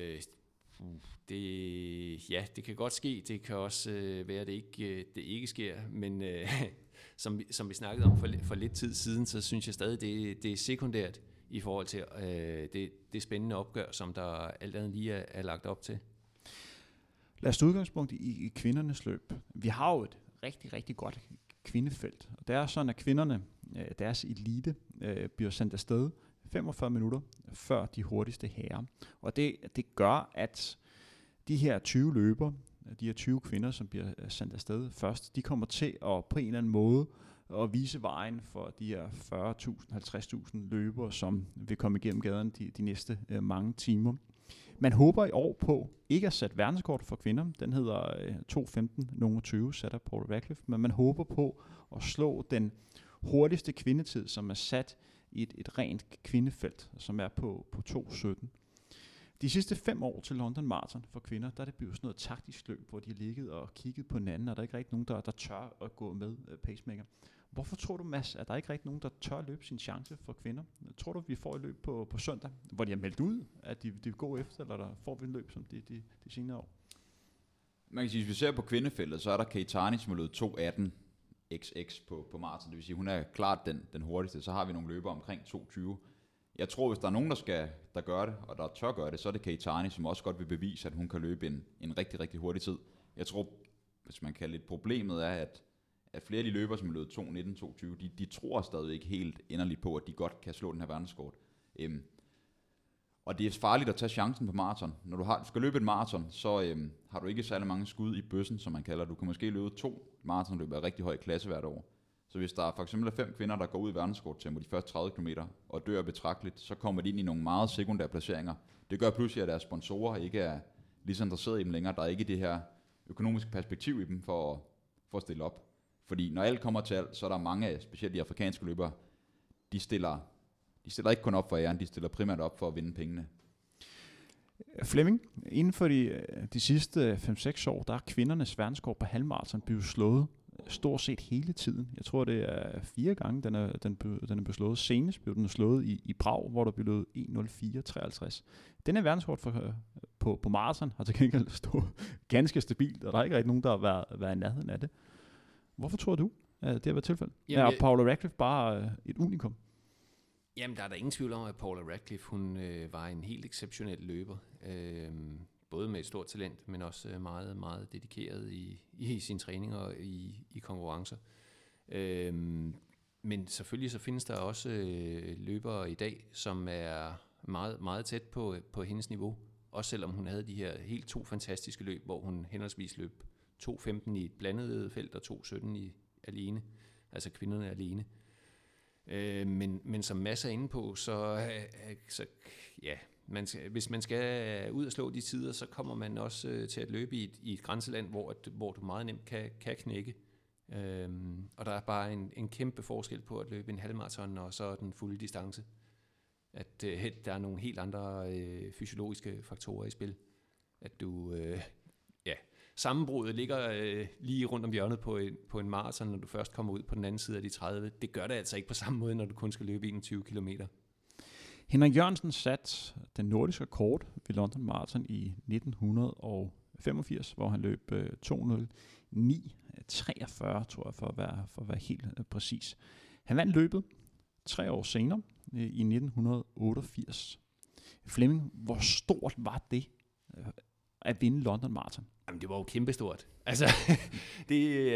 det kan godt ske. Det kan også være, at det ikke sker. Men som vi snakkede om for lidt tid siden, så synes jeg stadig, det er sekundært i forhold til det spændende opgør, som der alt andet lige er lagt op til. Lad os tage udgangspunkt i kvindernes løb. Vi har jo et rigtig, rigtig godt kvindefelt. Og det er sådan, at kvinderne, deres elite, bliver sendt afsted 45 minutter før de hurtigste herrer. Og det gør, at de her 20 løber, de her 20 kvinder, som bliver sendt afsted først, de kommer til at på en eller anden måde at vise vejen for de her 40.000, 50.000 løbere, som vil komme igennem gaden de næste mange timer. Man håber i år på ikke at sætte verdenskort for kvinder. Den hedder 2.15.20, sat af Paula Radcliffe. Men man håber på at slå den hurtigste kvindetid, som er sat i et rent kvindefelt, som er på 2.17. De sidste 5 år til London Marathon for kvinder, der er det blevet sådan noget taktisk løb, hvor de har ligget og kigget på hinanden, og der er ikke rigtig nogen, der tør at gå med pacemaker. Hvorfor tror du, Mads, at der ikke rigtig nogen, der tør løbe sin chance for kvinder? Tror du, vi får et løb på søndag, hvor de har meldt ud, at de vil gå efter, eller der får vi et løb som de senere år? Man kan sige, hvis vi ser på kvindefeltet, så er der Keitany, som har løbet 2.18 XX på maraton. Det vil sige, hun er klart den hurtigste. Så har vi nogle løbere omkring 2.20. Jeg tror, hvis der er nogen, der gør det, og der tør gøre det, så er det Keitany, som også godt vil bevise, at hun kan løbe en rigtig, rigtig hurtig tid. Jeg tror, hvis man kalder det problemet, er, at flere af de løbere, som er løbet 2.19-2.20, de tror stadig ikke helt enderligt på, at de godt kan slå den her verdenskort. Og det er farligt at tage chancen på maraton. Når du skal løbe et maraton, så har du ikke særlig mange skud i bøssen, som man kalder. Du kan måske løbe 2 maratonløb af rigtig høj klasse hvert år. Så hvis der for eksempel er 5 kvinder, der går ud i verdenskorttempo de første 30 km og dør betragteligt, så kommer de ind i nogle meget sekundære placeringer. Det gør pludselig, at deres sponsorer ikke er lige så interesserede i dem længere. Der er ikke det her økonomiske perspektiv i dem for at stille op. Fordi når alt kommer til alt, så er der mange, specielt de afrikanske løbere, de stiller ikke kun op for æren, de stiller primært op for at vinde pengene. Flemming, inden for de sidste 5-6 år, der er kvindernes verdenskort på halvmaraton blevet slået stort set hele tiden. Jeg tror, det er 4 gange, den er blevet slået. Senest blev den slået i Prag, hvor der blev løbet 1.04.53. Den her verdenskort på maraton har til gengæld stået ganske stabilt, og der er ikke rigtig nogen, der har været i nærheden af det. Hvorfor tror du, at det har været tilfældet? Er Paula Radcliffe bare et unikum? Jamen, der er der ingen tvivl om, at Paula Radcliffe, hun var en helt exceptionel løber. Både med et stort talent, men også meget, meget dedikeret i sin træning og i konkurrencer. Men selvfølgelig så findes der også løbere i dag, som er meget, meget tæt på hendes niveau. Også selvom hun havde de her helt 2 fantastiske løb, hvor hun henholdsvis løb 2.15 i et blandet felt og 2.17 alene. Altså kvinderne alene. Men som Mads er inde på, så ja, hvis man skal ud og slå de tider, så kommer man også til at løbe i et grænseland, hvor du meget nemt kan knække. Og der er bare en kæmpe forskel på at løbe en halvmaraton og så den fulde distance. At der er nogle helt andre fysiologiske faktorer i spil. At du sammenbruddet ligger lige rundt om hjørnet på en maraton, når du først kommer ud på den anden side af de 30. Det gør det altså ikke på samme måde, når du kun skal løbe 21 kilometer. Henrik Jørgensen satte den nordiske rekord ved London Marathon i 1985, hvor han løb 2.09.43, tror jeg, for at være helt præcis. Han vandt løbet 3 år senere, i 1988. Flemming, hvor stort var det at vinde London Marathon? Jamen, det var jo kæmpestort. Altså, det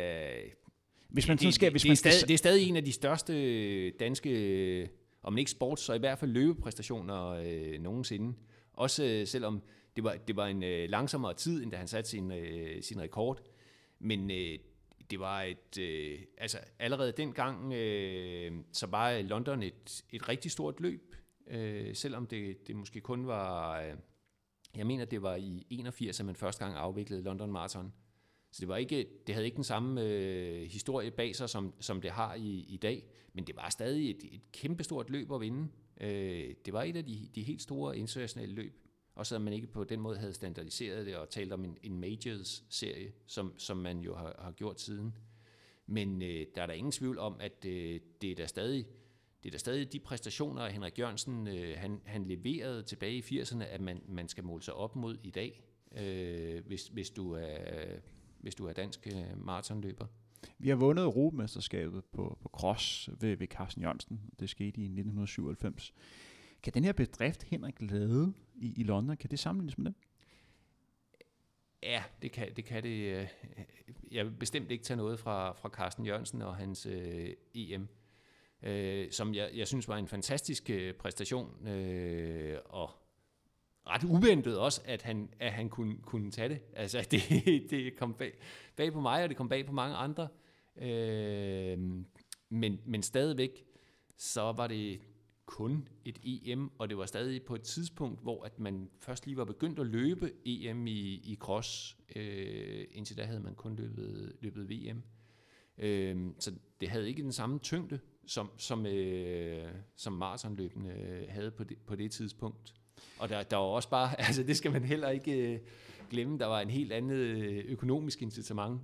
er stadig en af de største danske, om ikke sports, så i hvert fald løbepræstationer nogensinde. Også selvom det var en langsommere tid, end da han satte sin rekord. Men det var altså allerede dengang, så var London et rigtig stort løb. Selvom det måske kun var... Jeg mener, det var i 81, at man første gang afviklede London Marathon. Så det havde ikke den samme historie bag sig, som det har i dag. Men det var stadig et kæmpestort løb at vinde. Det var et af de helt store internationale løb. Og så man ikke på den måde havde standardiseret det og talt om en majors-serie, som man jo har gjort siden. Men der er der ingen tvivl om, at det er da stadig de præstationer, Henrik Jørgensen han leverede tilbage i 80'erne, at man skal måle sig op mod i dag, hvis du er dansk maratonløber. Vi har vundet Europamesterskabet på cross ved Carsten Jørgensen. Det skete i 1997. Kan den her bedrift, Henrik lavede i London, kan det sammenlignes med det? Ja, det kan det. Jeg vil bestemt ikke tage noget fra Carsten Jørgensen og hans EM. Som jeg synes var en fantastisk præstation, og ret uventet også, at han kunne tage det. Altså, det kom bag på mig, og det kom bag på mange andre. Men stadigvæk, så var det kun et EM, og det var stadig på et tidspunkt, hvor at man først lige var begyndt at løbe EM i cross. Indtil da havde man kun løbet VM. Så det havde ikke den samme tyngde, som maratonløbene havde på det tidspunkt. Og der var også bare, altså det skal man heller ikke glemme, der var en helt andet økonomisk incitament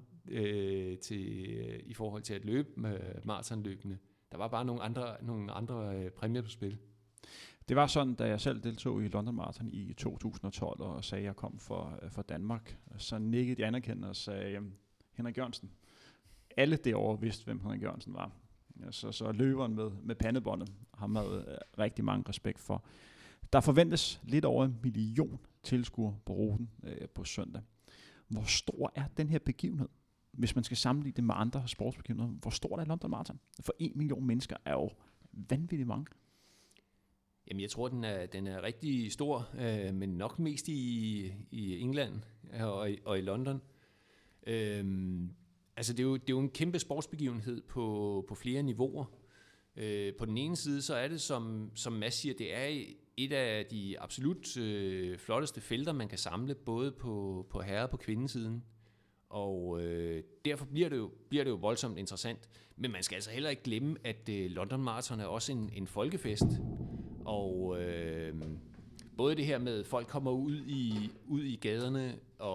i forhold til at løbe med maratonløbene. Der var bare nogle andre præmier på spil. Det var sådan, da jeg selv deltog i London Marathon i 2012 og sagde, at jeg kom for Danmark. Så nikkede de anerkendende og sagde, Henrik Jørgensen. Alle det år vidste, hvem Henrik Jørgensen var. Så løberen med pandebåndet har man rigtig mange respekt for. Der forventes lidt over 1 million tilskuere på ruten på søndag. Hvor stor er den her begivenhed? Hvis man skal sammenligne det med andre sportsbegivenheder, hvor stort er London Marathon? For 1 million mennesker er jo vanvittigt mange. Jamen, jeg tror, den er rigtig stor, men nok mest i England og i London. Altså, det er jo en kæmpe sportsbegivenhed på flere niveauer. På den ene side, så er det, som Mads siger, det er et af de absolut flotteste felter, man kan samle, både på herre- og på kvindesiden. Og derfor bliver det jo voldsomt interessant. Men man skal altså heller ikke glemme, at London Marathon er også en folkefest. Og både det her med, at folk kommer ud i gaderne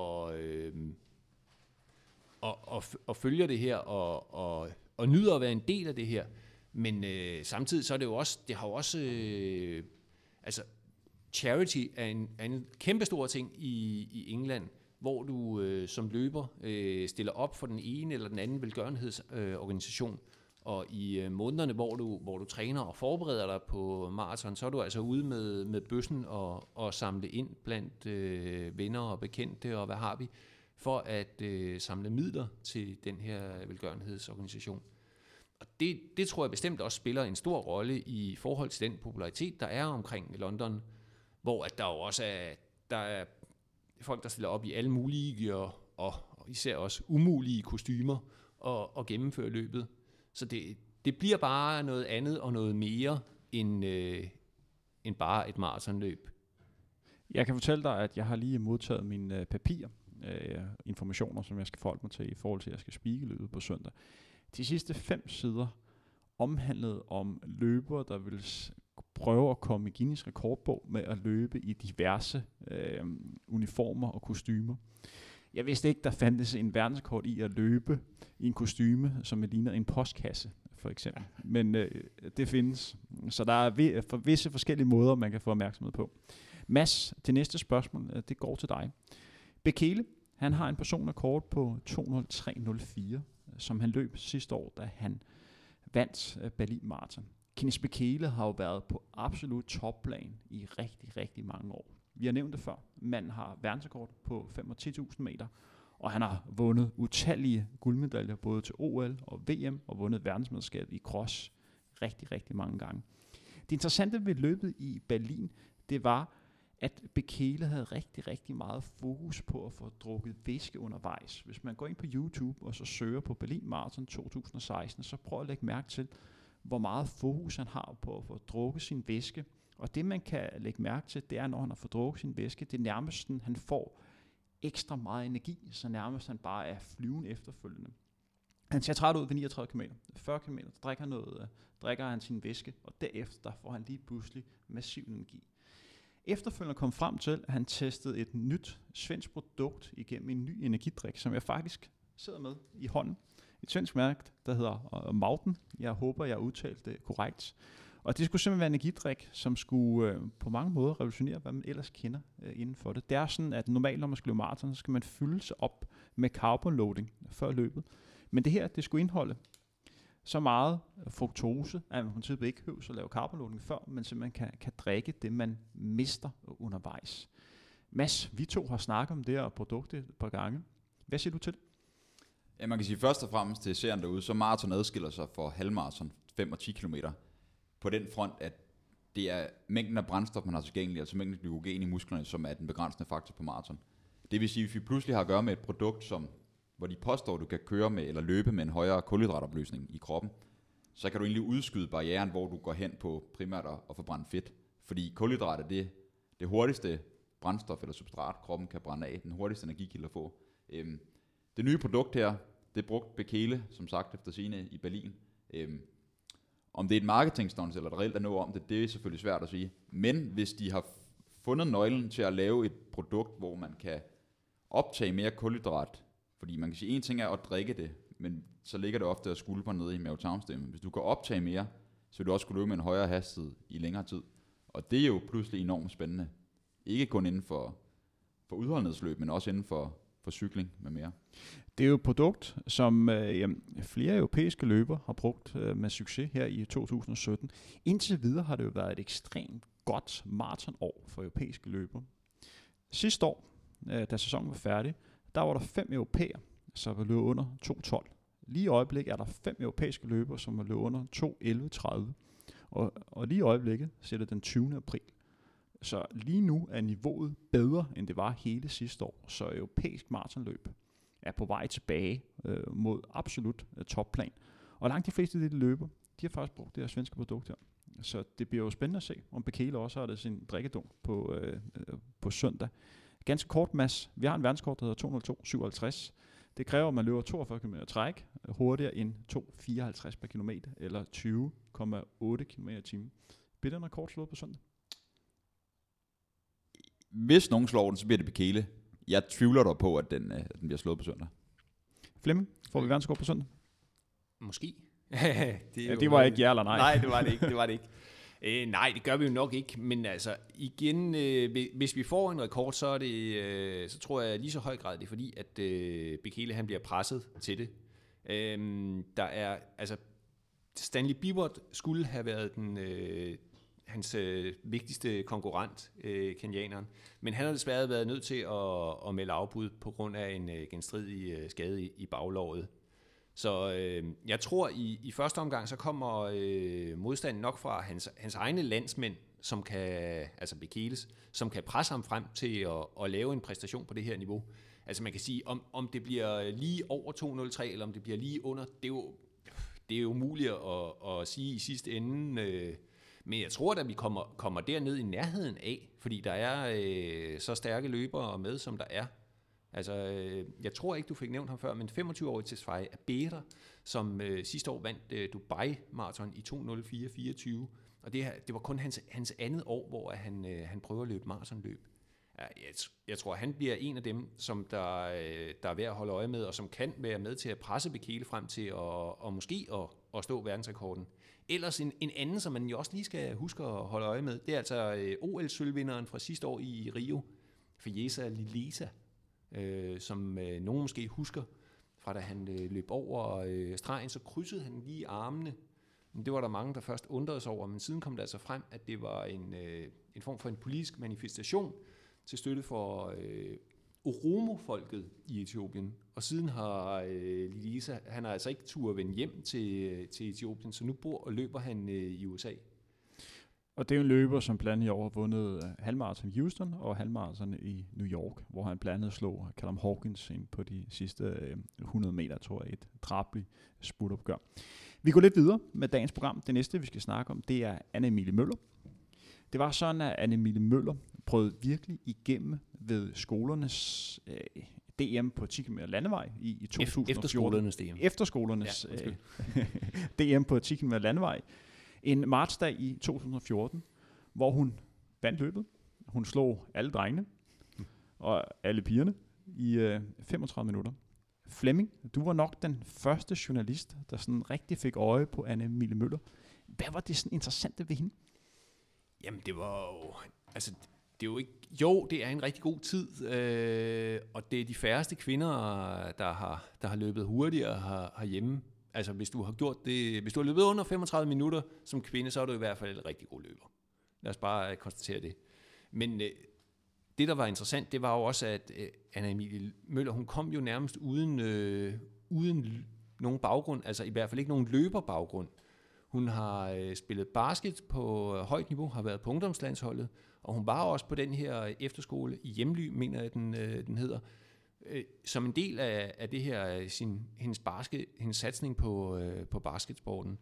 og følger det her og nyder at være en del af det her. Men samtidig så er det jo også, det har jo også, altså charity er en kæmpe stor ting i England, hvor du som løber stiller op for den ene eller den anden velgørenhedsorganisation. Og i månederne, hvor du træner og forbereder dig på maraton, så er du altså ude med bøssen og samle ind blandt venner og bekendte, og hvad har vi, for at samle midler til den her velgørenhedsorganisation. Og det tror jeg bestemt også spiller en stor rolle i forhold til den popularitet, der er omkring London, hvor at der jo også er folk, der stiller op i alle mulige og især også umulige kostymer og gennemfører løbet. Så det bliver bare noget andet og noget mere end bare et maratonløb. Jeg kan fortælle dig, at jeg har lige modtaget mine informationer, som jeg skal forholde mig til i forhold til, at jeg skal speake løbet på søndag. De sidste 5 sider omhandlede om løbere, der vil prøve at komme i Guinness rekordbog med at løbe i diverse uniformer og kostymer. Jeg vidste ikke, der fandtes en verdensrekord i at løbe i en kostyme, som ligner en postkasse, for eksempel. Men det findes. Så der er visse forskellige måder, man kan få opmærksomhed på. Mads, det næste spørgsmål, det går til dig. Bekele, han har en personrekord på 203.04, som han løb sidste år, da han vandt Berlin Marathon. Kenneth Bekele har jo været på absolut topplan i rigtig, rigtig mange år. Vi har nævnt det før. Manden har verdensrekord på 5.000 meter, og han har vundet utallige guldmedaljer både til OL og VM, og vundet verdensmesterskabet i cross rigtig, rigtig mange gange. Det interessante ved løbet i Berlin, det var, at Bekele havde rigtig, rigtig meget fokus på at få drukket væske undervejs. Hvis man går ind på YouTube og så søger på Berlin Marathon 2016, så prøv at lægge mærke til, hvor meget fokus han har på at få drukket sin væske. Og det man kan lægge mærke til, det er, når han har fået drukket sin væske, det er nærmest sådan, han får ekstra meget energi, så nærmest han bare er flyvende efterfølgende. Han ser træt ud ved 39 km. 40 km drikker han sin væske, og derefter der får han lige pludselig massiv energi. Efterfølgende kom frem til, at han testede et nyt svensk produkt igennem en ny energidrik, som jeg faktisk sidder med i hånden. Et svensk mærke, der hedder Mauten. Jeg håber, jeg har udtalt det korrekt. Og det skulle simpelthen være en energidrik, som skulle på mange måder revolutionere, hvad man ellers kender inden for det. Det er sådan, at normalt, når man skal løbe maraton, så skal man fylde sig op med carbonloading før løbet. Men det her, det skulle indeholde så meget fruktose, at man på princippet ikke behøver at lave carbonloading før, men simpelthen kan drikke det, man mister undervejs. Mads, vi to har snakket om det her produkt et par gange. Hvad siger du til det? Ja, man kan sige først og fremmest til serien derude, så maraton adskiller sig for halvmaraton 5 og 10 km på den front, at det er mængden af brændstof, man har tilgængelig, altså mængden af glykogen i musklerne, som er den begrænsende faktor på maraton. Det vil sige, at hvis vi pludselig har at gøre med et produkt, hvor de påstår, at du kan køre med eller løbe med en højere kulhydratopløsning i kroppen, så kan du egentlig udskyde barrieren, hvor du går hen på primært at forbrænde fedt. Fordi kulhydrat er det hurtigste brændstof eller substrat, kroppen kan brænde af, den hurtigste energikilde at få. Det nye produkt her, Det brugte Bekele, som sagt, efter sine i Berlin. Om det er et marketingstunt, eller der reelt er noget om det, det er selvfølgelig svært at sige. Men hvis de har fundet nøglen til at lave et produkt, hvor man kan optage mere kulhydrat, fordi man kan sige, en ting er at drikke det, men så ligger det ofte og skulper nede i mavetarmstemmen. Hvis du kan optage mere, så vil du også kunne løbe med en højere hastighed i længere tid. Og det er jo pludselig enormt spændende. Ikke kun inden for udholdenhedsløb, men også inden for cykling med mere. Det er jo et produkt, som flere europæiske løbere har brugt med succes her i 2017. Indtil videre har det jo været et ekstremt godt maratonår for europæiske løbere. Sidste år, da sæsonen var færdig, der var der 5 europæere, som var løbet under 2.12. Lige i øjeblikket er der 5 europæiske løbere, som er løbet under 2.11.30. Og lige i øjeblikket, så er det den 20. april. Så lige nu er niveauet bedre, end det var hele sidste år. Så europæisk maratonløb er på vej tilbage mod absolut topplan. Og langt de fleste af de løber, de har faktisk brugt det her svenske produkt her. Så det bliver jo spændende at se, om Bekele også har det sin drikkedunk på søndag. Ganske kort, Mads. Vi har en verdenskort, der hedder 2:02.57. Det kræver, at man løber 42 km træk hurtigere end 2:54 per kilometer, eller 20,8 km i timen. Bliver den rekord slået på søndag? Hvis nogen slår den, så bliver det Bekele. Jeg tvivler dog på, at den bliver slået på søndag. Flemming, får vi verdenskort på søndag? Måske. Det var ikke ja eller nej. Nej, det var det ikke. Nej, det gør vi jo nok ikke, men altså igen, hvis vi får en rekord, så er det, så tror jeg lige så høj grad, det er fordi, at Bekele han bliver presset til det. Der er, altså Stanley Biwott skulle have været hans vigtigste konkurrent, kenianeren, men han har desværre været nødt til at melde afbud på grund af en genstridig skade i baglåret. Så jeg tror, i første omgang, så kommer modstanden nok fra hans egne landsmænd, som kan, altså Bekeles, som kan presse ham frem til at lave en præstation på det her niveau. Altså man kan sige, om det bliver lige over 2.03, eller om det bliver lige under, det er jo umuligt at sige i sidste ende. Men jeg tror, at vi kommer derned i nærheden af, fordi der er så stærke løbere med, som der er. Altså, jeg tror ikke, du fik nævnt ham før, men 25-årig Tesfaye Abera, som sidste år vandt Dubai Marathon i 2:04.24. Og det var kun hans andet år, hvor han prøver at løbe maratonløb. Jeg tror, han bliver en af dem, som der er ved at holde øje med, og som kan være med til at presse Bekele frem til og måske at stå verdensrekorden. Ellers en anden, som man jo også lige skal huske at holde øje med, det er altså OL-sølvvinderen fra sidste år i Rio, Feyesa Lilesa, som nogen måske husker, fra da han løb over stregen, så krydsede han lige armene. Men det var der mange, der først undrede sig over, men siden kom det altså frem, at det var en form for en politisk manifestation til støtte for Oromo-folket i Etiopien. Og siden har Lilesa, han har altså ikke turde vende hjem til Etiopien, så nu bor og løber han i USA. Og det er en løber, som blandt andet i år har vundet halvmarathon i Houston og halvmarathon i New York, hvor han blandt andet slog Callum Hawkins ind på de sidste 100 meter, tror jeg, et drabeligt spurtopgør. Vi går lidt videre med dagens program. Det næste, vi skal snakke om, det er Anne-Emilie Møller. Det var sådan, at Anne-Emilie Møller prøvede virkelig igennem ved skolernes DM på 10 km landevej i 2014. Efterskolernes DM. Efterskolernes DM på 10 km landevej. En martsdag i 2014, hvor hun vandt løbet. Hun slog alle drengene og alle pigerne i 35 minutter. Flemming, du var nok den første journalist, der sådan rigtig fik øje på Anne-Emilie Møller. Hvad var det sådan interessante ved hende? Jamen det var jo, altså det er jo ikke, jo det er en rigtig god tid, og det er de færreste kvinder, der har løbet hurtigere herhjemme. Altså hvis du har gjort det, hvis du har løbet under 35 minutter som kvinde, så er du i hvert fald en rigtig god løber. Lad os bare konstatere det. Men det der var interessant, det var jo også, at Anne-Emilie Møller, hun kom jo nærmest uden nogen baggrund, altså i hvert fald ikke nogen løberbaggrund. Hun har spillet basket på højt niveau, har været på ungdomslandsholdet, og hun var også på den her efterskole i Hjemly, mener jeg, den hedder, som en del af det her, hendes satsning på basketsporten.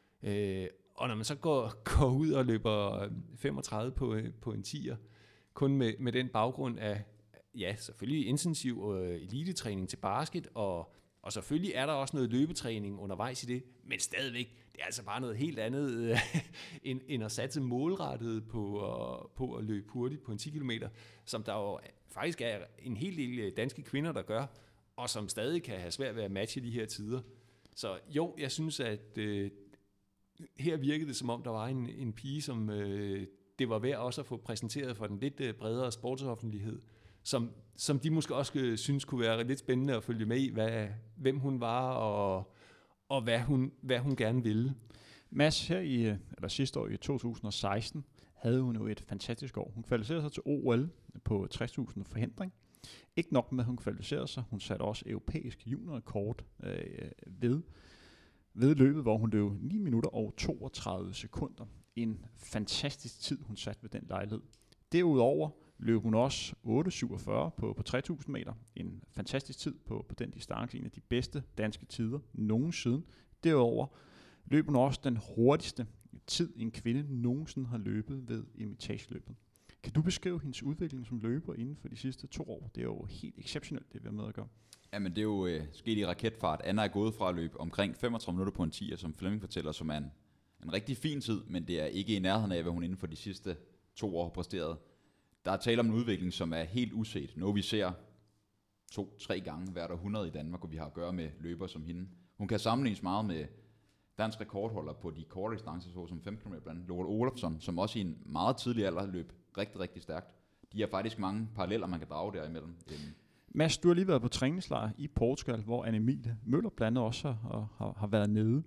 Og når man så går ud og løber 35 på en 10'er, kun med den baggrund af, ja, selvfølgelig intensiv elitetræning til basket, og Og selvfølgelig er der også noget løbetræning undervejs i det, men stadigvæk, det er altså bare noget helt andet, end at satse målrettet på at løbe hurtigt på en 10 km, som der jo faktisk er en hel del danske kvinder, der gør, og som stadig kan have svært ved at matche de her tider. Så jo, jeg synes, at her virkede det, som om der var en pige, som det var værd også at få præsenteret for den lidt bredere sportsoffentlighed, som de måske også synes kunne være lidt spændende at følge med i, hvem hun var, og hvad hun gerne ville. Mads, her sidste år i 2016, havde hun jo et fantastisk år. Hun kvalificerede sig til OL på 60.000 forhindring. Ikke nok med, at hun kvalificerede sig, hun satte også europæisk juniorrekord ved løbet, hvor hun løb 9 minutter og 32 sekunder. En fantastisk tid, hun satte ved den lejlighed. Derudover løb hun også 8.47 på 3.000 meter. En fantastisk tid på den distance, en af de bedste danske tider nogensinde. Derudover løb hun også den hurtigste tid, en kvinde nogensinde har løbet ved imitageløbet. Kan du beskrive hendes udvikling som løber inden for de sidste 2 år? Det er jo helt exceptionelt, det vi har med at gøre. Jamen, det er jo sket i raketfart. Anna er gået fra at løbe omkring 35 minutter på en 10'er, som Flemming fortæller, som er en rigtig fin tid, men det er ikke i nærheden af, hvad hun inden for de sidste 2 år har præsteret. Der er tale om en udvikling, som er helt uset. Noget vi ser 2-3 gange hvert århundrede i Danmark, og vi har at gøre med løbere som hende. Hun kan sammenlignes meget med dansk rekordholder på de korte distancer, såsom 5 km blandt Lotte Olofsson, som også i en meget tidlig alder løb rigtig, rigtig stærkt. De har faktisk mange paralleller, man kan drage derimellem. Mads, du har lige været på træningslejr i Portugal, hvor Anne-Emilie Møller blandt andet også har været nede.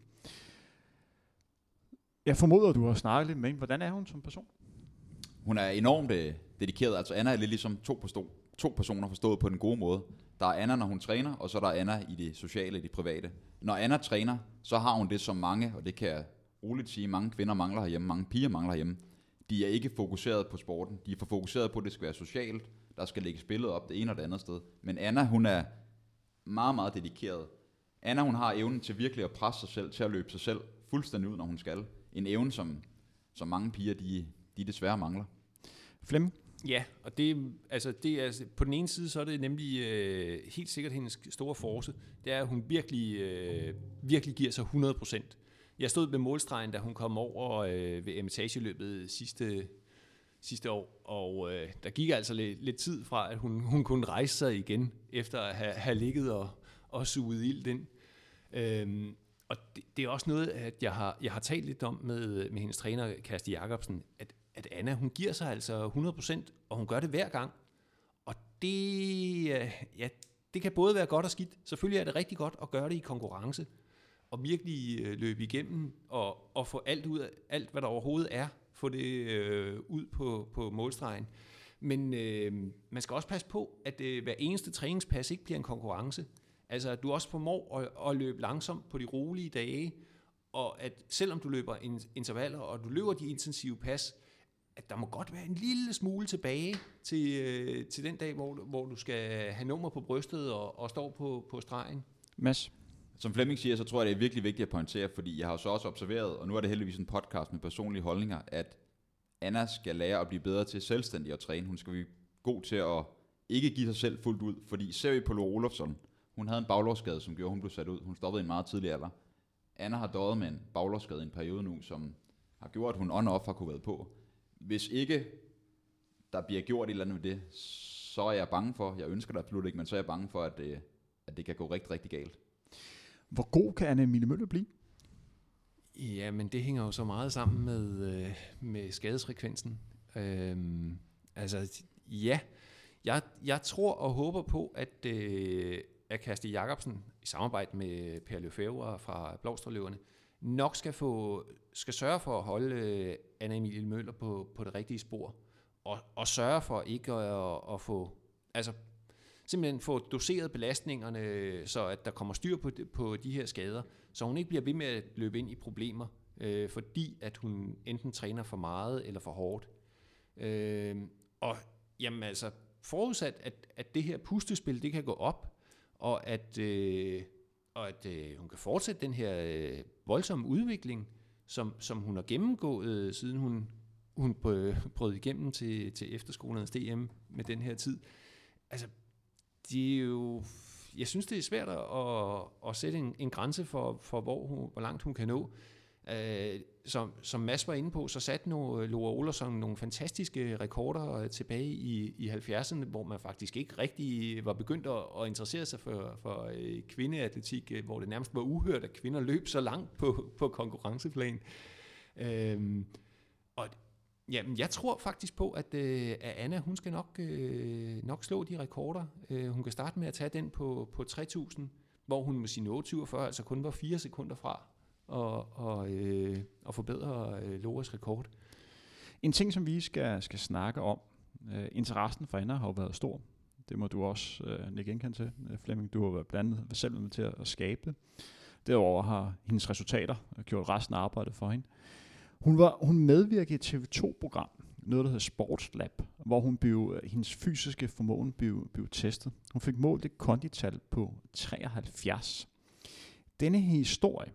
Jeg formoder, at du har snakket lidt med hende. Hvordan er hun som person? Hun er enormt dedikeret. Altså Anna er lidt ligesom to personer forstået på den gode måde. Der er Anna, når hun træner, og så er der Anna i det sociale, i det private. Når Anna træner, så har hun det som mange, og det kan jeg roligt sige, mange kvinder mangler herhjemme, mange piger mangler herhjemme. De er ikke fokuseret på sporten. De er for fokuseret på, at det skal være socialt. Der skal lægges billeder op det ene og det andet sted. Men Anna, hun er meget, meget dedikeret. Anna, hun har evnen til virkelig at presse sig selv, til at løbe sig selv fuldstændig ud, når hun skal. En evne, som mange piger, de desværre mangler. Flemming? Ja, og det er på den ene side, så er det nemlig helt sikkert hendes store force. Det er, at hun virkelig giver sig 100%. Jeg stod ved målstregen, da hun kom over ved imitageløbet sidste år, og der gik altså lidt tid fra, at hun kunne rejse sig igen, efter at have ligget og suget ild ind. Og det er også noget, at jeg har talt lidt om med hendes træner, Kersti Jacobsen, at Anna, hun giver sig altså 100%, og hun gør det hver gang. Og det kan både være godt og skidt. Selvfølgelig er det rigtig godt at gøre det i konkurrence, og virkelig løbe igennem, og få alt ud af alt, hvad der overhovedet er, få det ud på målstregen. Men man skal også passe på, at hver eneste træningspas ikke bliver en konkurrence. Altså, at du også formår at løbe langsomt på de rolige dage, og at selvom du løber intervaller, og du løber de intensive pas, at der må godt være en lille smule tilbage til den dag, hvor du skal have nummer på brystet og står på stregen. Mads? Som Flemming siger, så tror jeg, det er virkelig vigtigt at pointere, fordi jeg har jo så også observeret, og nu er det heldigvis en podcast med personlige holdninger, at Anna skal lære at blive bedre til selvstændig at træne. Hun skal blive god til at ikke give sig selv fuldt ud, fordi ser vi på Lotte Olofsson, hun havde en baglårsskade, som gjorde, hun blev sat ud. Hun stoppede i en meget tidlig alder. Anna har døjet med en baglårsskade i en periode nu, som har gjort, at hun on-off har kunne være på. Hvis ikke der bliver gjort et eller andet ved det, så er jeg bange for, jeg ønsker det absolut ikke, men så er jeg bange for, at det kan gå rigtig, rigtig galt. Hvor god kan Anne-Emilie Møller blive? Ja, men det hænger jo så meget sammen med skadesfrekvensen. Jeg tror og håber på, at Kersti Jacobsen i samarbejde med Per Lefebvre fra Blomsterløverne nok skal sørge for at holde Anne-Emilie Møller på det rigtige spor, og sørge for ikke at få, altså simpelthen få doseret belastningerne, så at der kommer styr på de her skader, så hun ikke bliver ved med at løbe ind i problemer, fordi at hun enten træner for meget eller for hårdt. Og jamen altså, forudsat at det her pustespil, det kan gå op, og at hun kan fortsætte den her voldsomme udvikling, som hun har gennemgået, siden hun brød igennem til efterskolernes DM med den her tid. Altså, det er jo, jeg synes, det er svært at sætte en grænse for hvor langt hun kan nå. Som Mads var inde på, så satte Laura Olafsson nogle fantastiske rekorder tilbage i 70'erne, hvor man faktisk ikke rigtig var begyndt at interessere sig for kvindeatletik, hvor det nærmest var uhørt, at kvinder løb så langt på konkurrenceplan. Og jamen, jeg tror faktisk på, at Anna, hun skal nok slå de rekorder. Hun kan starte med at tage den på 3.000, hvor hun med sine 8.47 altså kun var 4 sekunder fra og forbedre Lauras rekord. En ting, som vi skal snakke om, interessen for Anna har jo været stor. Det må du også lægge indkendt til, Flemming. Du har været blandt andet selv med til at skabe det. Derudover har hendes resultater gjort resten af arbejdet for hende. Hun medvirkede i et TV2-program, noget der hedder Sportslab, hvor hendes fysiske formåen blev testet. Hun fik målt et kondital på 73. Denne historie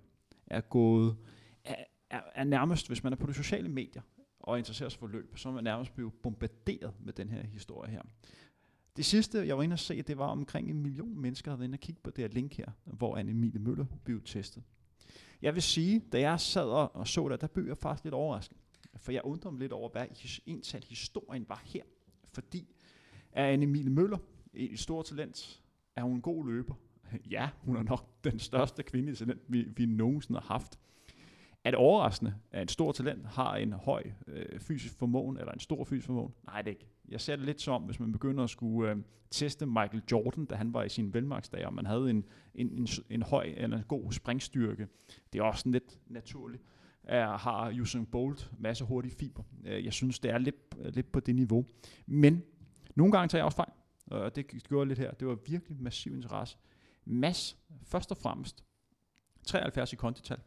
er nærmest, hvis man er på de sociale medier og interesserer sig for løb, så er man nærmest blevet bombarderet med den her historie her. Det sidste, jeg var inde at se, det var omkring 1 million mennesker, der var inde og kigge på det her link her, hvor Anne-Emilie Møller blev testet. Jeg vil sige, da jeg sad og så det, der blev jeg faktisk lidt overrasket. For jeg undrede mig lidt over, hvad egentlig historien var her. Fordi er Anne-Emilie Møller et stort talent? Er hun en god løber? Ja, hun er nok den største kvindelige talent, vi nogensinde har haft. Er det overraskende, at en stor talent har en høj fysisk formåen, eller en stor fysisk formåen? Nej, det er ikke. Jeg ser det lidt som, hvis man begynder at skulle teste Michael Jordan, da han var i sine velmarksdage, og man havde en høj eller en god springstyrke. Det er også sådan lidt naturligt. Har Usain Bolt masse hurtige fiber. Jeg synes, det er lidt på det niveau. Men nogle gange tager jeg også fejl, og det gjorde jeg lidt her. Det var virkelig massiv interesse. Mads, først og fremmest, 73 i kondital.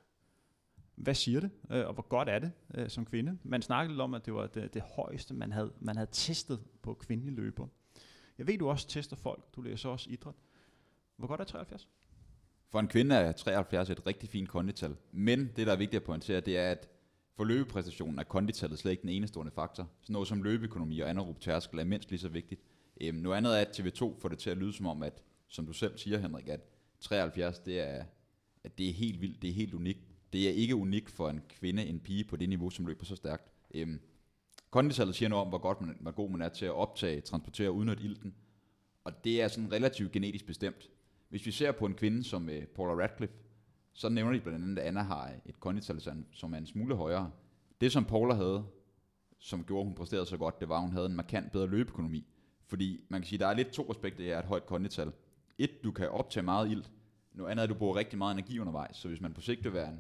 Hvad siger det, og hvor godt er det som kvinde? Man snakkede lidt om, at det var det højeste, man havde testet på kvindelige løbere. Jeg ved, du også tester folk. Du læser også idræt. Hvor godt er 73? For en kvinde er 73 et rigtig fint kondital. Men det, der er vigtigt at pointere, det er, at for løbepræstationen er konditallet slet ikke den enestående faktor. Sådan noget som løbeøkonomi og anaerob tærskel er mindst lige så vigtigt. Noget andet er, at TV2 får det til at lyde som om, at, som du selv siger, Henrik, at 73, det er helt vildt, det er helt unikt. Det er ikke unikt for en kvinde, en pige på det niveau, som løber så stærkt. Konditallet siger noget om, hvor god man er til at optage, transportere og udnytte ilten. Og det er sådan relativt genetisk bestemt. Hvis vi ser på en kvinde som Paula Radcliffe, så nævner de blandt andet, at Anna har et kondital, som er en smule højere. Det, som Paula havde, som gjorde, hun præsterede så godt, det var, at hun havde en markant bedre løbeøkonomi. Fordi man kan sige, der er lidt to aspekter af et højt kondital. Et, du kan optage meget ilt. Noget andet er, at du bruger rigtig meget energi undervejs. Så hvis man på sigt vil være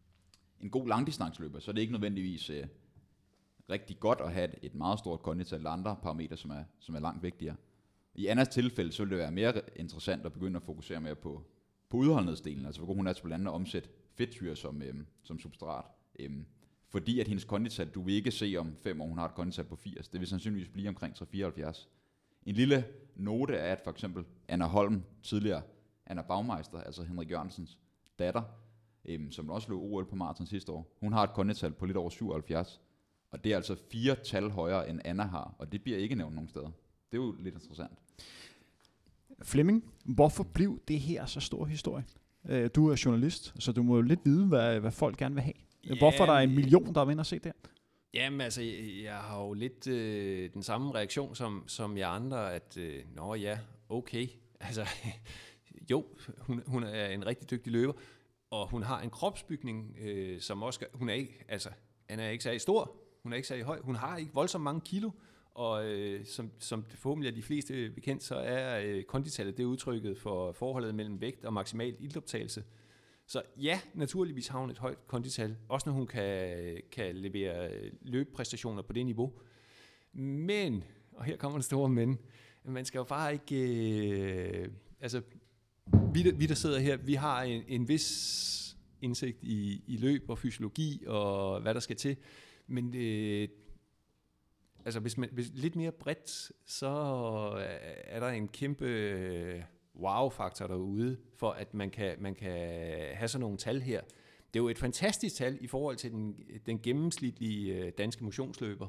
en god langdistanceløber, så er det ikke nødvendigvis rigtig godt at have et meget stort kondital eller andre parametre, som er langt vigtigere. I Annas tilfælde, så vil det være mere interessant at begynde at fokusere mere på udholdenhedsdelen, altså hvor god hun er til blandt andet at omsætte fedtsyre som substrat. Fordi at hendes kondital, du vil ikke se om 5 år, hun har et kondital på 80. Det vil sandsynligvis blive omkring 374. En lille note er, at for eksempel Anna Holm, tidligere Anna Baumeister, altså Henrik Jørgensens datter, som også løb OL på maraton sidste år, hun har et kondital på lidt over 77. Og det er altså 4 tal højere, end Anna har, og det bliver ikke nævnt nogen steder. Det er jo lidt interessant. Flemming, hvorfor blev det her så stor historie? Du er journalist, så du må jo lidt vide, hvad folk gerne vil have. Yeah. Hvorfor der er 1 million, der vil ind og se det? Jamen altså, jeg har jo lidt den samme reaktion som jeg andre, at nå ja, okay. Altså, jo, hun er en rigtig dygtig løber, og hun har en kropsbygning, som også hun er ikke, altså, Anna er ikke særlig stor, hun er ikke særlig høj, hun har ikke voldsomt mange kilo, og som det forhåbentlig er de fleste bekendt, så er konditallet det udtrykket for forholdet mellem vægt og maksimal iltoptagelse. Så ja, naturligvis har hun et højt kondital, også når hun kan levere løbepræstationer på det niveau. Men, og her kommer en stor men, man skal jo bare ikke, altså vi der sidder her, vi har en vis indsigt i løb og fysiologi og hvad der skal til, men altså hvis lidt mere bredt, så er der en kæmpe wow-faktor derude, for at man kan have sådan nogle tal her. Det er jo et fantastisk tal i forhold til den gennemsnitlige danske motionsløber.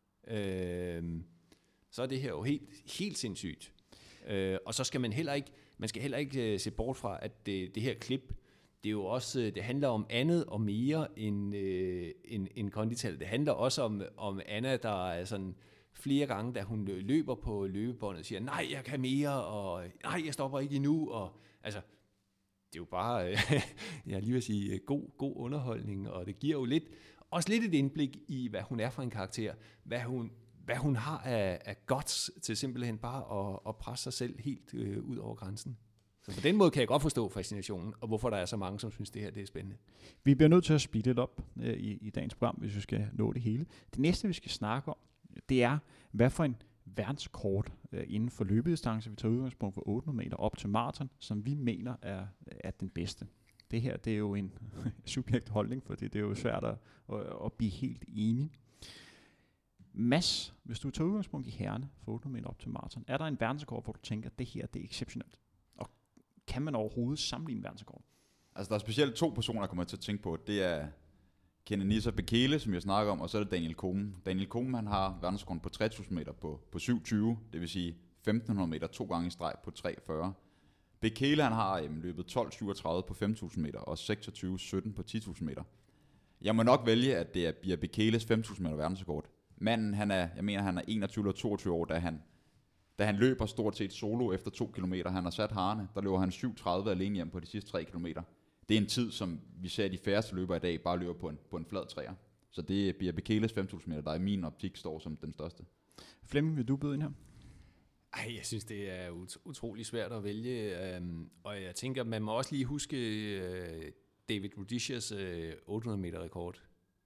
Så er det her jo helt sindssygt. Og så skal man heller ikke man skal heller ikke se bort fra, at det her klip, det er jo også, det handler om andet og mere end kondital. Det handler også om Anna, der er sådan flere gange, da hun løber på løbebåndet, siger, nej, jeg kan mere, og nej, jeg stopper ikke endnu, og altså, det er jo bare, jeg lige vil sige, god underholdning, og det giver jo også lidt et indblik i, hvad hun er for en karakter, hvad hun har af guts til simpelthen bare at presse sig selv helt ud over grænsen. Så på den måde kan jeg godt forstå fascinationen, og hvorfor der er så mange, som synes, det her det er spændende. Vi bliver nødt til at speede lidt op i dagens program, hvis vi skal nå det hele. Det næste, vi skal snakke om, det er, hvad for en verdenskort inden for løbedistance, vi tager udgangspunkt for 800 meter op til maraton, som vi mener er den bedste. Det her, det er jo en subjekt holdning, for det er jo svært at blive helt enig. Mads, hvis du tager udgangspunkt i herrene for 800 meter op til maraton, er der en verdenskort, hvor du tænker, at det her det er exceptionelt? Og kan man overhovedet sammenligne verdenskort? Altså, der er specielt 2 personer, jeg kommer til at tænke på. Det er Kenenisa Bekele, som jeg snakker om, og så er det Daniel Komen. Daniel Komen, han har verdensrekorden på 3000 meter på 7.20, det vil sige 1500 meter 2 gange i streg på 3.40. Bekele, han har løbet 12.37 på 5.000 meter og 26.17 på 10.000 meter. Jeg må nok vælge, at det bliver Bekeles 5.000 meter verdensrekord. Manden, han er 21 eller 22 år, da han løber stort set solo efter 2 kilometer. Han har sat harerne, der løber han 7.30 alene hjem på de sidste 3 kilometer. Det er en tid, som vi ser de færreste løbere i dag bare løber på en flad træer. Så det bliver Bekeles 5.000 meter, der i min optik står som den største. Flemming, vil du byde ind her? Ej, jeg synes, det er utrolig svært at vælge. Og jeg tænker, man må også lige huske David Rudishas 800 meter rekord.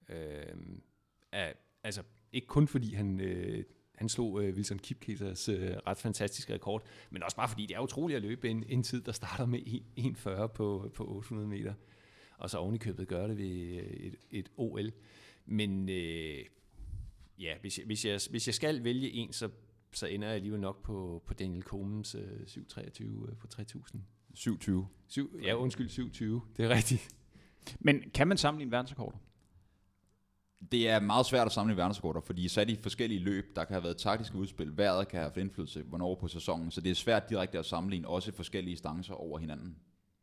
Altså, ikke kun fordi han slog Wilson Kipketers ret fantastiske rekord, men også bare fordi det er utroligt at løbe en tid, der starter med 1.40 på 800 meter, og så oven i købet gør det ved et OL. Men ja, hvis jeg skal vælge en, så ender jeg alligevel nok på Daniel Komens 7.23 på 3.000. 7.20. Ja, undskyld, 7.20. Det er rigtigt. Men kan man sammenligne verdensrekorder? Det er meget svært at sammenligne verdensrekorder, fordi sat i forskellige løb, der kan have været taktiske udspil, vejret kan have haft indflydelse, hvornår på sæsonen, så det er svært direkte at sammenligne også forskellige stancer over hinanden.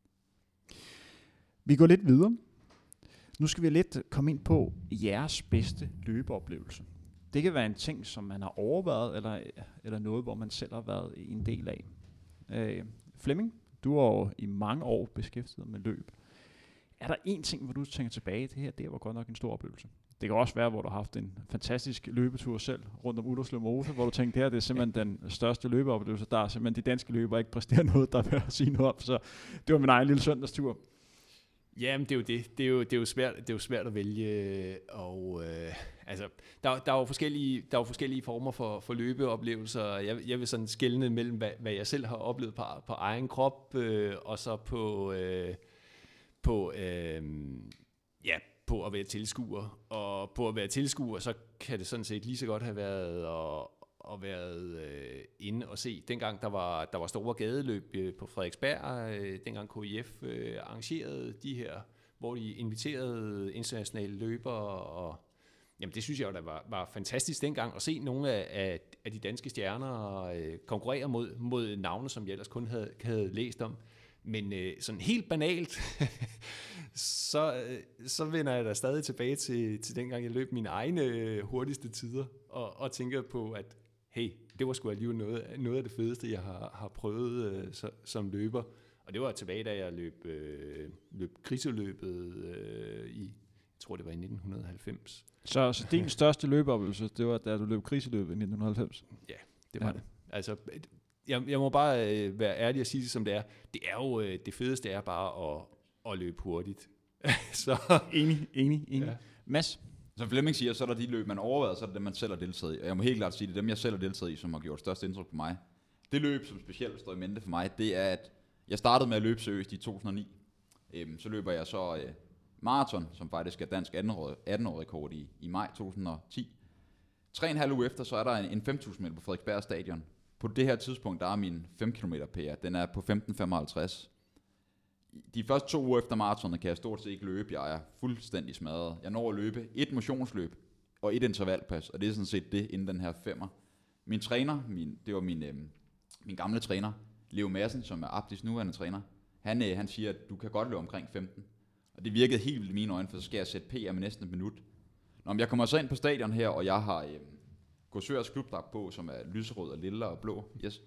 Vi går lidt videre. Nu skal vi lidt komme ind på jeres bedste løbeoplevelse. Det kan være en ting, som man har overvejet, eller noget, hvor man selv har været en del af. Flemming, du har jo i mange år beskæftiget med løb. Er der en ting, hvor du tænker tilbage, det var godt nok en stor oplevelse? Det kan også være, hvor du har haft en fantastisk løbetur selv rundt om Utterslev Mose, hvor du tænkte, det er simpelthen den største løbeoplevelse. Der er simpelthen de danske løbere ikke præsterer noget, der vil sige noget om. Så det var min egen lille søndagstur. Jamen, det er jo det. Det er jo svært at vælge. Og altså, der er jo forskellige former for løbeoplevelser. Jeg vil sådan skelne mellem, hvad jeg selv har oplevet på egen krop, og så på at være tilskuer. Og på at være tilskuer, så kan det sådan set lige så godt have været at være inde og se. Dengang der var store gadeløb på Frederiksberg, dengang KIF arrangerede de her, hvor de inviterede internationale løbere, og jamen det synes jeg jo, der var fantastisk dengang at se nogle af de danske stjerner konkurrere mod navne, som jeg ellers kun havde læst om. Men sådan helt banalt, så vender jeg da stadig tilbage til dengang, jeg løb mine egne hurtigste tider, og tænker på, at hey, det var sgu alligevel noget af det fedeste, jeg har prøvet som løber. Og det var tilbage, da jeg løb kriseløbet jeg tror det var i 1990. Så din største løbeoplevelse, det var da du løb kriseløbet i 1990? Ja, det var det. Altså, jeg må bare være ærlig og sige det, som det er. Det er jo det fedeste er bare at løbe hurtigt. Så. Enig. Ja. Mads? Som Flemming siger, så er der de løb, man overvejer, så er det dem, man selv har deltaget i. Og jeg må helt klart sige, det er dem, jeg selv har deltaget i, som har gjort størst indtryk på mig. Det løb, som specielt står i mente for mig, det er, at jeg startede med at løbe seriøst i 2009. Så løber jeg så maraton, som faktisk er dansk 18-årig rekord i maj 2010. 3,5 uger efter, så er der en 5.000 meter på Frederiksberg Stadion. På det her tidspunkt, der er min 5 km PR, den er på 15.55. De første 2 uger efter maratonet kan jeg stort set ikke løbe. Jeg er fuldstændig smadret. Jeg når at løbe 1 motionsløb og 1 intervalpas, og det er sådan set det inden den her 5'er. Min træner, det var min gamle træner, Leo Madsen, som er Abdis nuværende træner, han siger, at du kan godt løbe omkring 15. Og det virkede helt vildt i mine øjne, for så skal jeg sætte PR med næsten et minut. Når jeg kommer så ind på stadion her, og jeg har Korsørs klubdragt på, som er lyserød og lilla og blå. Yes.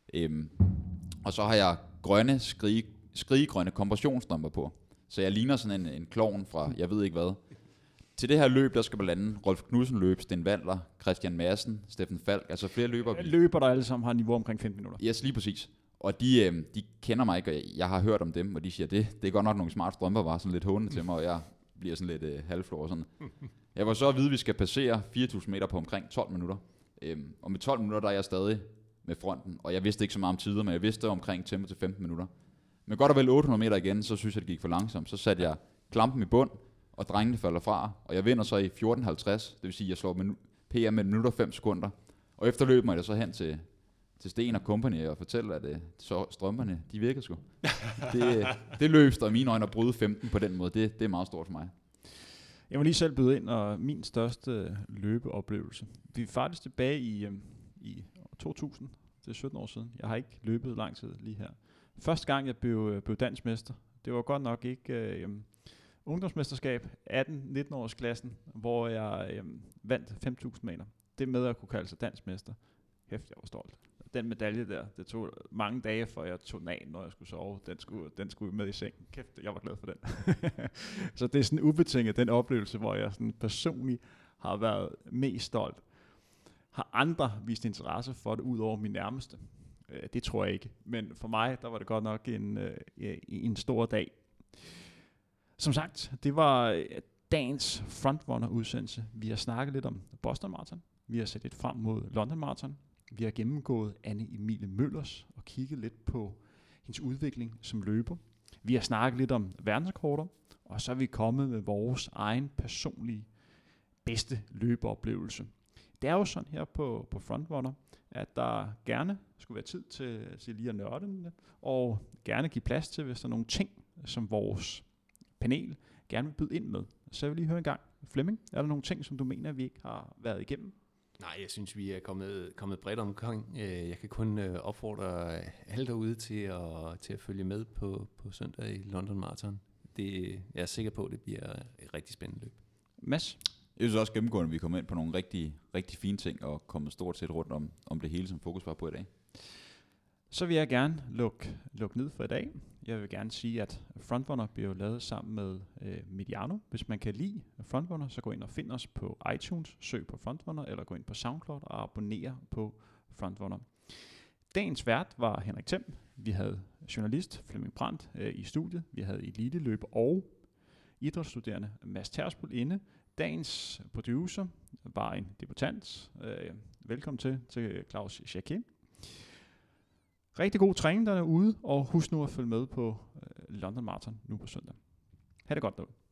Og så har jeg grønne, skrigegrønne kompressionsstrømper på. Så jeg ligner sådan en klovn fra, jeg ved ikke hvad. Til det her løb, der skal blandt andet Rolf Knudsen løbe, Sten Wandler, Christian Madsen, Steffen Falk, altså flere løbere. Løber, der alle sammen har niveau omkring 15 minutter. Yes, lige præcis. Og de kender mig ikke, og jeg har hørt om dem, og de siger, det er godt nok nogle smart strømper, var sådan lidt hånende til mig, og jeg bliver sådan lidt halvflor og sådan. Jeg var så at vide, at vi skal passere 4.000 meter på omkring 12 minutter. Og med 12 minutter, der er jeg stadig med fronten, og jeg vidste ikke så meget om tider, men jeg vidste omkring tempo til 15 minutter. Men godt og vel 800 meter igen, så synes jeg, det gik for langsomt. Så satte jeg klampen i bund, og drengene falder fra, og jeg vinder så i 14.50, det vil sige, at jeg slår PR med 1 minut og 5 sekunder. Og efter løb mig jeg så hen til Sten og company og fortælle, at så strømperne, de virker sgu. det løb der i mine øjne at bryde 15 på den måde, det er meget stort for mig. Jeg var lige selv byde ind, og min største løbeoplevelse. Vi er faktisk tilbage i 2000, det er 17 år siden. Jeg har ikke løbet lang tid lige her. Første gang jeg blev dansk mester, det var godt nok ikke ungdomsmesterskab, 18-19 års klassen, hvor jeg vandt 5.000 meter. Det med at kunne kalde sig dansk mester. Hæft, jeg var stolt. Den medalje der, det tog mange dage, før jeg tog den af, når jeg skulle sove. Den skulle med i sengen. Kæft, jeg var glad for den. Så det er sådan ubetinget den oplevelse, hvor jeg sådan personligt har været mest stolt. Har andre vist interesse for det, ud over min nærmeste? Det tror jeg ikke. Men for mig, der var det godt nok en stor dag. Som sagt, det var dagens frontrunner-udsendelse. Vi har snakket lidt om Boston Marathon. Vi har set lidt frem mod London Marathon. Vi har gennemgået Anne Emilie Møllers og kigget lidt på hendes udvikling som løber. Vi har snakket lidt om verdensrekorder, og så er vi kommet med vores egen personlige bedste løbeoplevelse. Det er jo sådan her på Frontrunner, at der gerne skulle være tid til lige at nørde den, og gerne give plads til, hvis der er nogle ting, som vores panel gerne vil byde ind med. Så jeg vil lige høre en gang. Flemming, er der nogle ting, som du mener, vi ikke har været igennem? Nej, jeg synes, vi er kommet bredt omkring. Jeg kan kun opfordre alle derude til at følge med på søndag i London Marathon. Jeg er sikker på, at det bliver et rigtig spændende løb. Mads? Jeg synes også gennemgående, at vi kommer ind på nogle rigtig, rigtig fine ting, og kommer stort set rundt om det hele, som fokus var på i dag. Så vil jeg gerne lukke ned for i dag. Jeg vil gerne sige, at Frontrunner bliver lavet sammen med Mediano. Hvis man kan lide Frontrunner, så gå ind og find os på iTunes, søg på Frontrunner, eller gå ind på SoundCloud og abonner på Frontrunner. Dagens vært var Henrik Thiem. Vi havde journalist Flemming Brandt i studiet. Vi havde eliteløb og idrætsstuderende Mads Terspool inde. Dagens producer var en debutant. Velkommen til Claus Jacquet. Rigtig god træning derude, og husk nu at følge med på London Marathon nu på søndag. Ha' det godt derude.